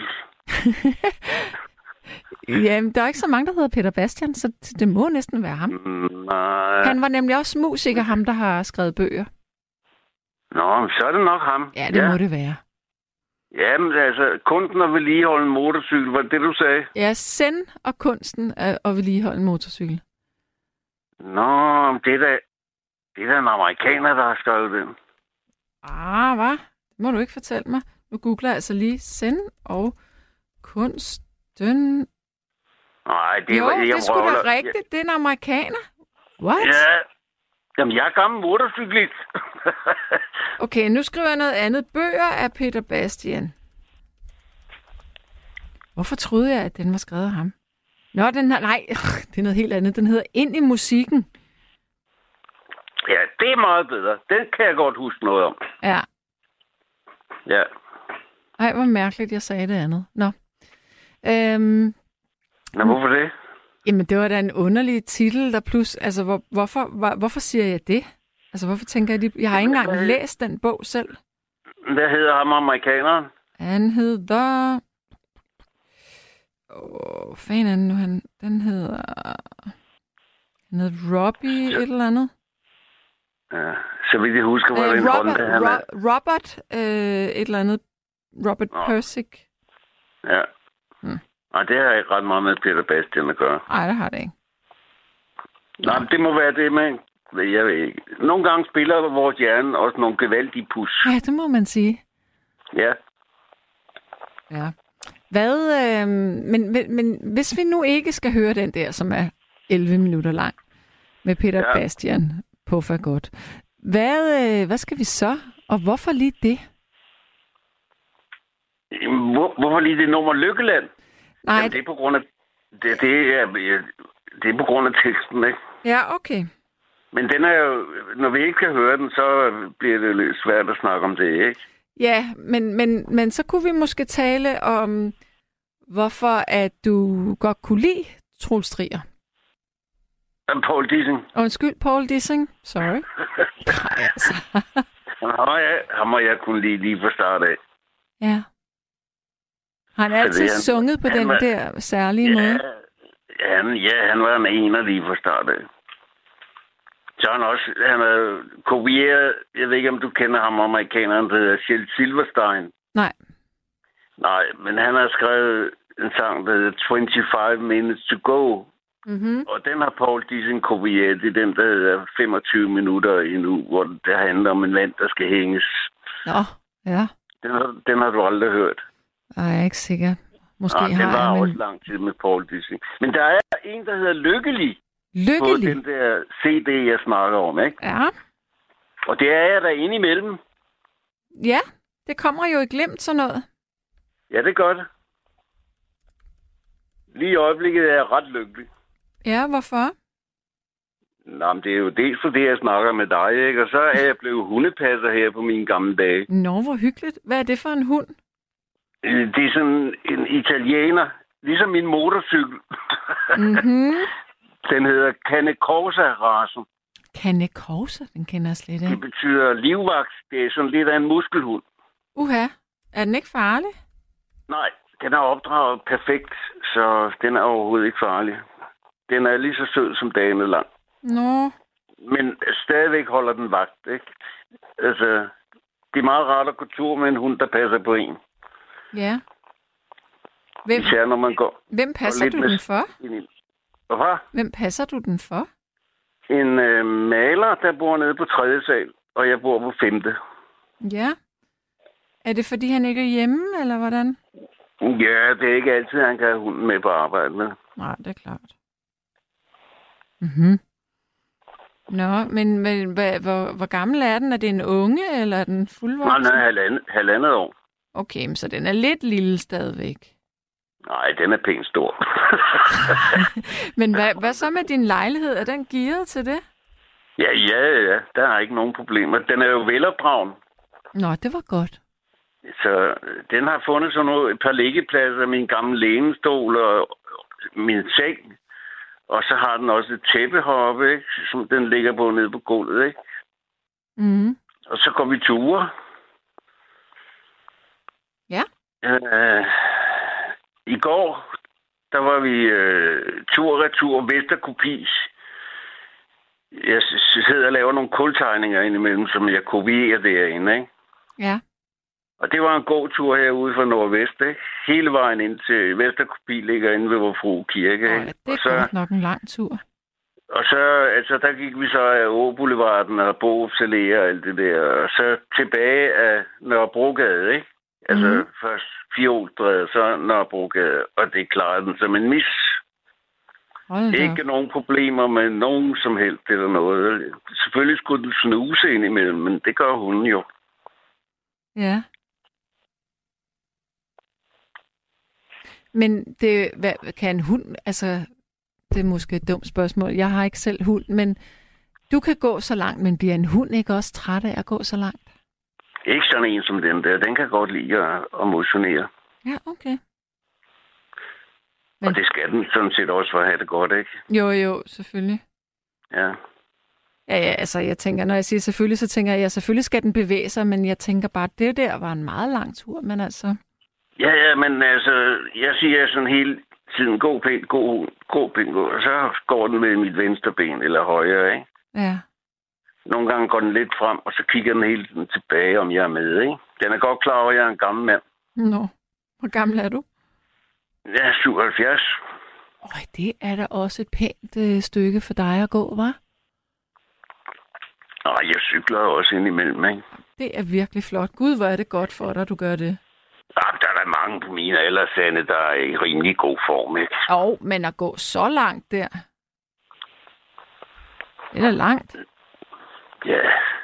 Jamen, der er ikke så mange, der hedder Peter Bastian, så det må næsten være ham. Nej. Han var nemlig også musiker, ham der har skrevet bøger. Nå, så er det nok ham. Ja, det må det være. Jamen, altså, kunsten at vedligeholde en motorcykel, var det, du sagde? Ja, send og kunsten at vedligeholde en motorcykel. Nå, det er da en amerikaner, der har skrevet den. Hvad? Det må du ikke fortælle mig. Nu googler jeg altså lige send og kunsten. Nej, det jo, var ikke. Det skulle da rigtigt. Det er en amerikaner. What? Ja. Jamen, jeg er gammel motorcyklist. Okay, nu skriver jeg noget andet. Bøger af Peter Bastian. Hvorfor troede jeg, at den var skrevet af ham? Nå, nej, det er noget helt andet. Den hedder Ind i musikken. Ja, det er meget bedre. Den kan jeg godt huske noget om. Ja. Ja. Ej, hvor mærkeligt, jeg sagde det andet. Nå. Nå, hvorfor det? Jamen, det var da en underlig titel, der plus... Altså, hvorfor siger jeg det? Altså, hvorfor tænker jeg... Jeg har ikke engang læst den bog selv. Hvad hedder ham amerikaneren? Han hedder... Fanden er nu han... Den hedder... Han hedder Robbie et eller andet. Ja, så vidt jeg husker, var det en Robert et eller andet. Robert Pirsig. Ja. Nej, det har ikke ret meget med Peter Bastian at gøre. Nej, det har det ikke. Nej, det må være det, man... Jeg ved ikke. Nogle gange spiller vores hjerne også nogle gevaldige pus. Ja, det må man sige. Ja. Ja. Men hvis vi nu ikke skal høre den der, som er 11 minutter lang, med Peter Bastian på Fagot, hvad skal vi så? Og hvorfor lige det? Hvorfor lige det nummer Lykkeland? Nej. Jamen, det er på grund af det er på grund af teksten, ikke? Ja, okay. Men den er jo, når vi ikke kan høre den, så bliver det lidt svært at snakke om det, ikke? Ja, men så kunne vi måske tale om, hvorfor at du godt kunne lide Troels Trier. Paul Dissing. Undskyld, Paul Dissing. Sorry. Nej, altså. Ham må jeg kunne lide lige fra start af. Ja. Han er altid sunget på den der særlige måde. Ja, han var en af lige fra start af. Så han har kopieret, jeg ved ikke, om du kender ham, amerikaneren, der hedder Shel Silverstein. Nej. Nej, men han har skrevet en sang, der hedder 25 Minutes to Go. Mm-hmm. Og den har Paul Dissing kopieret. Det er den, der hedder 25 minutter endnu, hvor det handler om en vand, der skal hænges. Nå, ja. Den har du aldrig hørt. Ej, jeg er ikke sikker. Måske har jeg, den var også lang tid med Paul Dissing. Men der er en, der hedder Lykkelig. Lykkelig? På den der CD, jeg snakker om, ikke? Ja. Og det er jeg der inde imellem. Ja, det kommer jo i glimt sådan noget. Ja, det gør det. Lige i øjeblikket er jeg ret lykkelig. Ja, hvorfor? Nå, men det er jo dels for det, jeg snakker med dig, ikke? Og så er jeg blevet hundepasser her på mine gamle dage. Nå, hvor hyggeligt. Hvad er det for en hund? Det er sådan en italiener. Ligesom min motorcykel. Mhm. Den hedder Cane Corsa-rasen. Cane Corsa? Den kender jeg slet ikke. Det betyder livvagt. Det er sådan lidt af en muskelhund. Er den ikke farlig? Nej, den er opdraget perfekt, så den er overhovedet ikke farlig. Den er lige så sød som dagen lang. Nå. Men stadigvæk holder den vagt, ikke? Altså, det er meget rart at gå tur med en hund, der passer på en. Ja. Især når man går... Hvem passer du den for? Hvad? Hvem passer du den for? En maler, der bor nede på 3. sal, og jeg bor på 5. Ja. Er det, fordi han ikke er hjemme, eller hvordan? Ja, det er ikke altid, han kan have hunden med på arbejde med. Nej, det er klart. Mhm. Nå, men hvor gammel er den? Er det en unge, eller er den fuldvoksen? Nej, den er halvandet år. Okay, så den er lidt lille stadigvæk. Nej, den er pænt stor. Men hvad så med din lejlighed? Er den gearet til det? Ja. Der er ikke nogen problemer. Den er jo velopdragen. Nå, det var godt. Så den har fundet sådan noget, et par liggepladser, min gamle lænestol og min seng. Og så har den også et tæppe heroppe, ikke? Som den ligger på nede på gulvet, ikke? Mm. Og så går vi ture. Ja. I går, der var vi tur-retur Vesterkopis. Jeg sidder og laver nogle kultegninger indimellem, som jeg kopierer derinde, ikke? Ja. Og det var en god tur herude fra Nordvest, ikke? Hele vejen ind til Vesterkopi ligger inde ved Vor Frue Kirke, ikke? Det er godt nok en lang tur. Og så, der gik vi så af Åboulevarden og Borups Allé og alt det der. Og så tilbage af Nørrebrogade, ikke? Altså først Fiolstræde, så Nørrebrogade. Og det klarede den som en mis. Ikke nogen problemer med nogen som helst eller noget. Selvfølgelig skulle den snuse ind imellem, men det gør hun jo. Ja. Men kan en hund, altså det er måske et dumt spørgsmål, jeg har ikke selv hund, men du kan gå så langt, men bliver en hund ikke også træt af at gå så langt? Ikke sådan en som den der, den kan godt lide at motionere. Ja, okay. Men... Og det skal den sådan set også for at have det godt, ikke? Jo, selvfølgelig. Ja. Ja, altså jeg tænker, når jeg siger selvfølgelig, så tænker jeg, selvfølgelig skal den bevæge sig, men jeg tænker bare, det der var en meget lang tur, men altså... Ja, men altså, jeg siger sådan hele tiden, gå pænt, gå, og så går den med mit venstre ben eller højre, ikke? Ja. Nogle gange går den lidt frem, og så kigger den hele tiden tilbage, om jeg er med, ikke? Den er godt klar over, at jeg er en gammel mand. Nå, hvor gammel er du? Jeg er 77. Det er da også et pænt stykke for dig at gå, hva'? Nej, jeg cykler også indimellem, ikke? Det er virkelig flot. Gud, hvor er det godt for dig, du gør det. Ja, der er der mange på mine aldersande, der er i rimelig god form, ikke? Men at gå så langt der. Det er langt. Ja.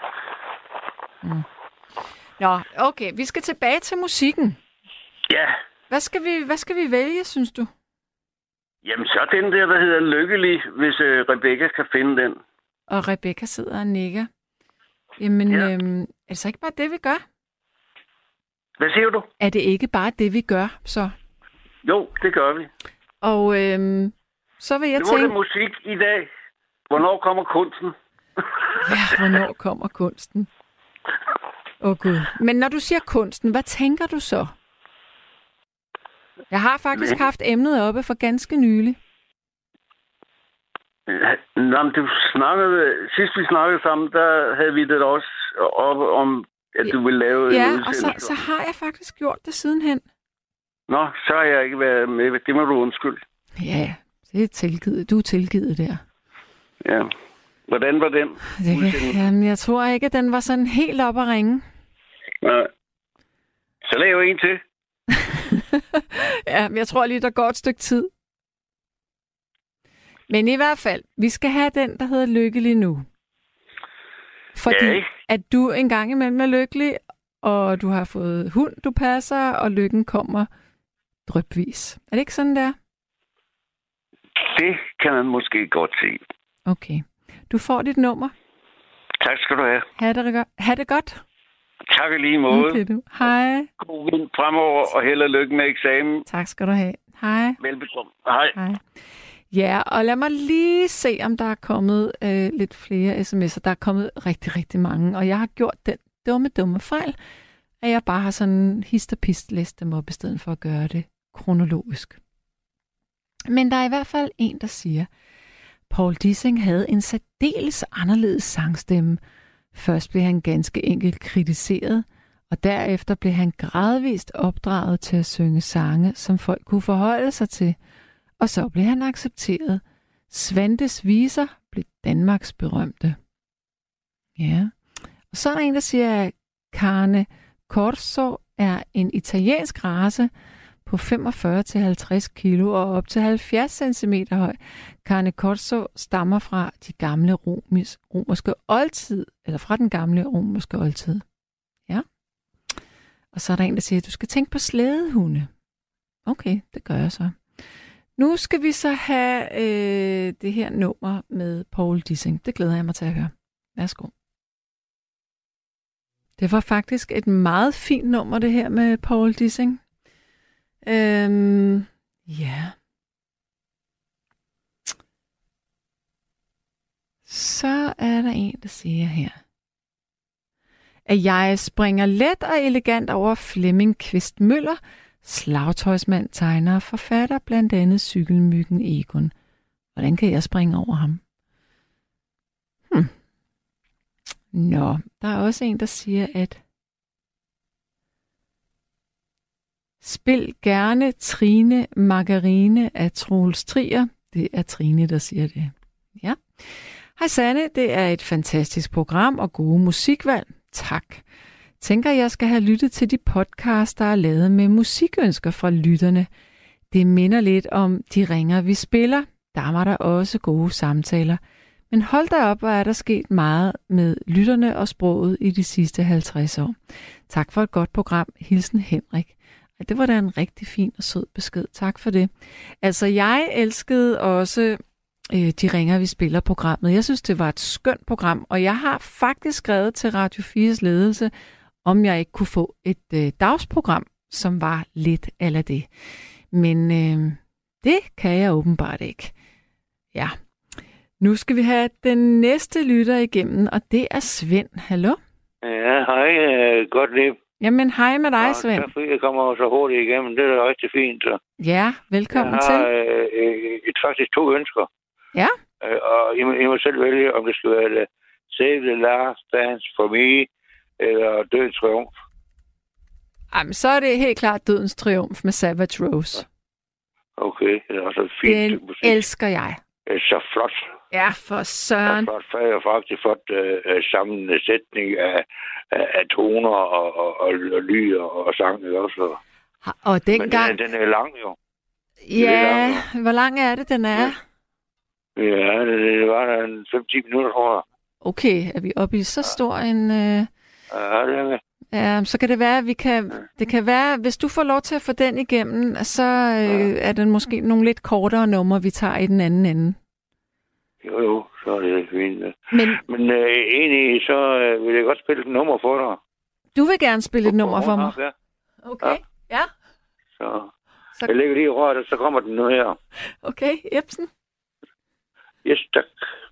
Nå, okay. Vi skal tilbage til musikken. Ja. Hvad skal vi vælge, synes du? Jamen, så den der hedder Lykkelig, hvis Rebecca kan finde den. Og Rebecca sidder og nikker. Jamen, er det så ikke bare det, vi gør? Hvad siger du? Er det ikke bare det, vi gør, så? Jo, det gør vi. Og så vil jeg tænke... Nu er det musik i dag. Hvornår kommer kunsten? Ja, hvornår kommer kunsten? Gud. Men når du siger kunsten, hvad tænker du så? Jeg har faktisk haft emnet oppe for ganske nylig. Nå, men sidst vi snakkede sammen, der havde vi det også oppe om, at du ville lave en udsendelse. Ja, og så har jeg faktisk gjort det sidenhen. Nå, så har jeg ikke været med. Det må du undskylde. Ja, det er tilgivet. Du er tilgivet der. Ja. Hvordan var den? Jamen, jeg tror ikke, at den var sådan helt op at ringe. Nej. Så lav en til. Ja, men jeg tror lige, der går et stykke tid. Men i hvert fald, vi skal have den, der hedder Lykkelig nu. Fordi at du en gang imellem er lykkelig, og du har fået hund, du passer, og lykken kommer drypvis. Er det ikke sådan der? Det kan man måske godt se. Okay. Du får dit nummer. Tak skal du have. Ha' det godt. Tak i lige måde. Okay, du. Hej. God vind fremover, og held og lykke med eksamen. Tak skal du have. Hej. Velbekomme. Hej. Ja, og lad mig lige se, om der er kommet lidt flere sms'er. Der er kommet rigtig, rigtig mange, og jeg har gjort den dumme fejl, at jeg bare har sådan en hist og pist læst dem op, i stedet for at gøre det kronologisk. Men der er i hvert fald en, der siger, Paul Dissing havde en særdeles anderledes sangstemme. Først blev han ganske enkelt kritiseret, og derefter blev han gradvist opdraget til at synge sange, som folk kunne forholde sig til. Og så blev han accepteret. Svantes viser blev Danmarks berømte. Ja. Og så er der en, der siger, at Carne Corso er en italiensk race på 45-50 kilo og op til 70 cm høj. Carne Corso stammer fra de gamle romerske oldtid, eller fra den gamle romerske oldtid. Ja. Og så er der en, der siger, at du skal tænke på slædehunde. Okay, det gør jeg så. Nu skal vi så have det her nummer med Paul Dissing. Det glæder jeg mig til at høre. Værsgo. Det var faktisk et meget fint nummer, det her med Paul Dissing. Ja. Så er der en, der siger her, at jeg springer let og elegant over Flemming Kvist Møller, slagtøjsmand, tegner og forfatter, blandt andet cykelmyggen Egon. Hvordan kan jeg springe over ham? Nå, der er også en, der siger, at spil gerne Trine Margarine af Troels Trier. Det er Trine, der siger det. Ja. Hej Sanne, det er et fantastisk program og gode musikvalg. Tak. Tænker, jeg skal have lyttet til de podcasts, der er lavet med musikønsker fra lytterne. Det minder lidt om De ringer, vi spiller. Der var der også gode samtaler. Men hold da op, hvor er der sket meget med lytterne og sproget i de sidste 50 år. Tak for et godt program. Hilsen Henrik. Det var da en rigtig fin og sød besked. Tak for det. Altså, jeg elskede også De ringer, vi spiller programmet. Jeg synes, det var et skønt program, og jeg har faktisk skrevet til Radio 4's ledelse, om jeg ikke kunne få et dagsprogram, som var lidt eller det. Men det kan jeg åbenbart ikke. Ja. Nu skal vi have den næste lytter igennem, og det er Svend. Hallo? Ja, hej. Godt liv. Jamen, hej med dig, Svend. Tak fordi jeg kommer så hurtigt igennem. Det er rigtig fint. Så. Ja, velkommen til. Jeg har faktisk 2 ønsker. Ja. Og I må selv vælge, om det skal være Save the Last Dance for Me, eller Dødens Triumf. Jamen, så er det helt klart Dødens Triumf med Savage Rose. Okay, det er også fint. Den musik. Elsker jeg. Det er så flot. Ja, for søren. Jeg har faktisk fået sammensætning af toner og lyd og sang også. Og dengang... Men den er lang jo. Ja, hvor lang er det, den er? Ja, det var der 5-10 minutter, tror jeg. Okay, er vi oppe i så stor en... Ja, det er det. Ja, så kan det være, at vi kan... Det kan være, hvis du får lov til at få den igennem, så er den måske nogle lidt kortere numre, vi tager i den anden ende. Jo, så er det fint. Men egentlig, så vil jeg godt spille et nummer for dig. Du vil gerne spille et nummer for mig? Ja. Okay, ja. Så jeg lægger lige i røret, så kommer den nu her. Okay, Jebsen. Yes, tak.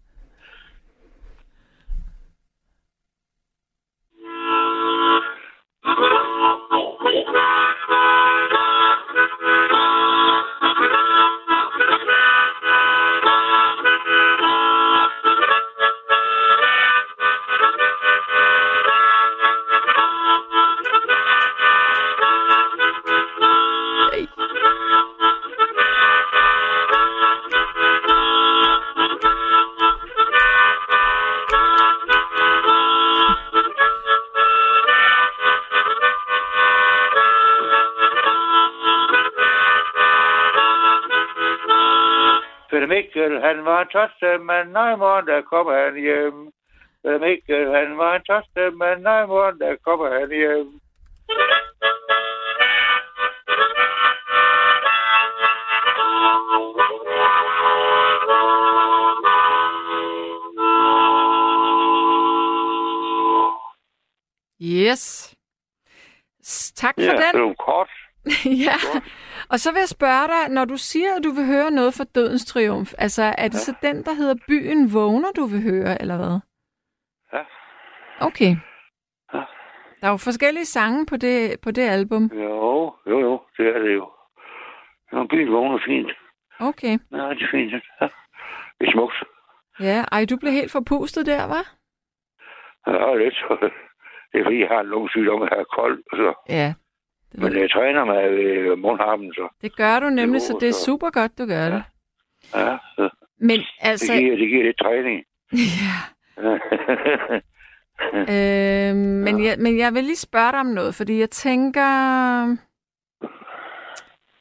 Mikkel, han var en tostemand, nej, morgen, der kommer han hjem. Mikkel, han var en tostemand, nej, morgen, der kommer han hjem. Yes. Tak for den. Ja, det var kort. Ja, og så vil jeg spørge dig, når du siger, at du vil høre noget fra Dødens Triumf, altså er det så den, der hedder Byen Vågner, du vil høre, eller hvad? Ja. Okay. Ja. Der er jo forskellige sange på det album. Jo, det er det jo. Ja, Byen Vågner fint. Okay. Ja, det er fint. Ja. Det er smukt. Ja, du blev helt forpustet der, hva'? Ja, lidt. Det er fordi, jeg har en lungesygdom, og jeg er kold, så... Ja. Men jeg træner mig ved mundharmen, så... Det gør du nemlig, så det er super godt, du gør det. Ja. Men altså... Det giver lidt træning. Ja. Men jeg vil lige spørge dig om noget, fordi jeg tænker...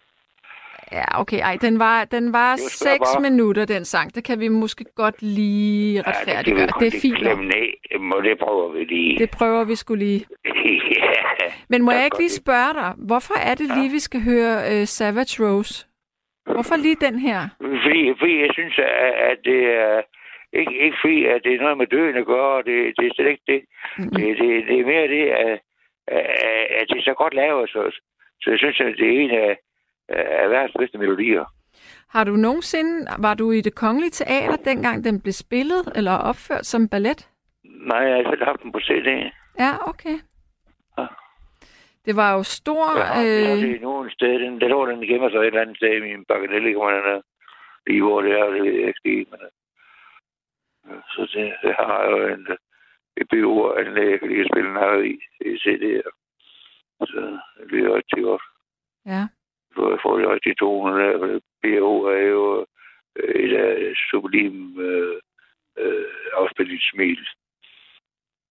Ja, okay. Ej, den var 6 minutter, den sang. Det kan vi måske godt lige retfærdiggøre. Det er fint. Det prøver vi lige. Det prøver vi sgu lige. Ja. Men må jeg ikke lige spørge dig, hvorfor er det lige, vi skal høre Savage Rose? Hvorfor lige den her? Fordi jeg synes, at det er... Ikke fordi, at det er noget med døden at gøre, det er slet ikke det. Det er mere det, at det er så godt lavet. Så jeg synes, at det er en af verdens bedste melodier. Har du nogensinde... Var du i Det Kongelige Teater, dengang den blev spillet eller opført som ballet? Nej, jeg har selv haft den på CD. Ja, okay. Ja. Det var jo stor... det er nogen sted. Der lå den gemmer sig et eller andet sted i min Bacchanelli, lige hvor det er, det ved jeg ikke. Men, så det har jo et BO-anlæg, jeg kan lige spille noget i CD'er. Så det bliver rigtig godt. Ja. Så jeg får de rigtige toner der, for BO er jo et af sublim afspilningssmil.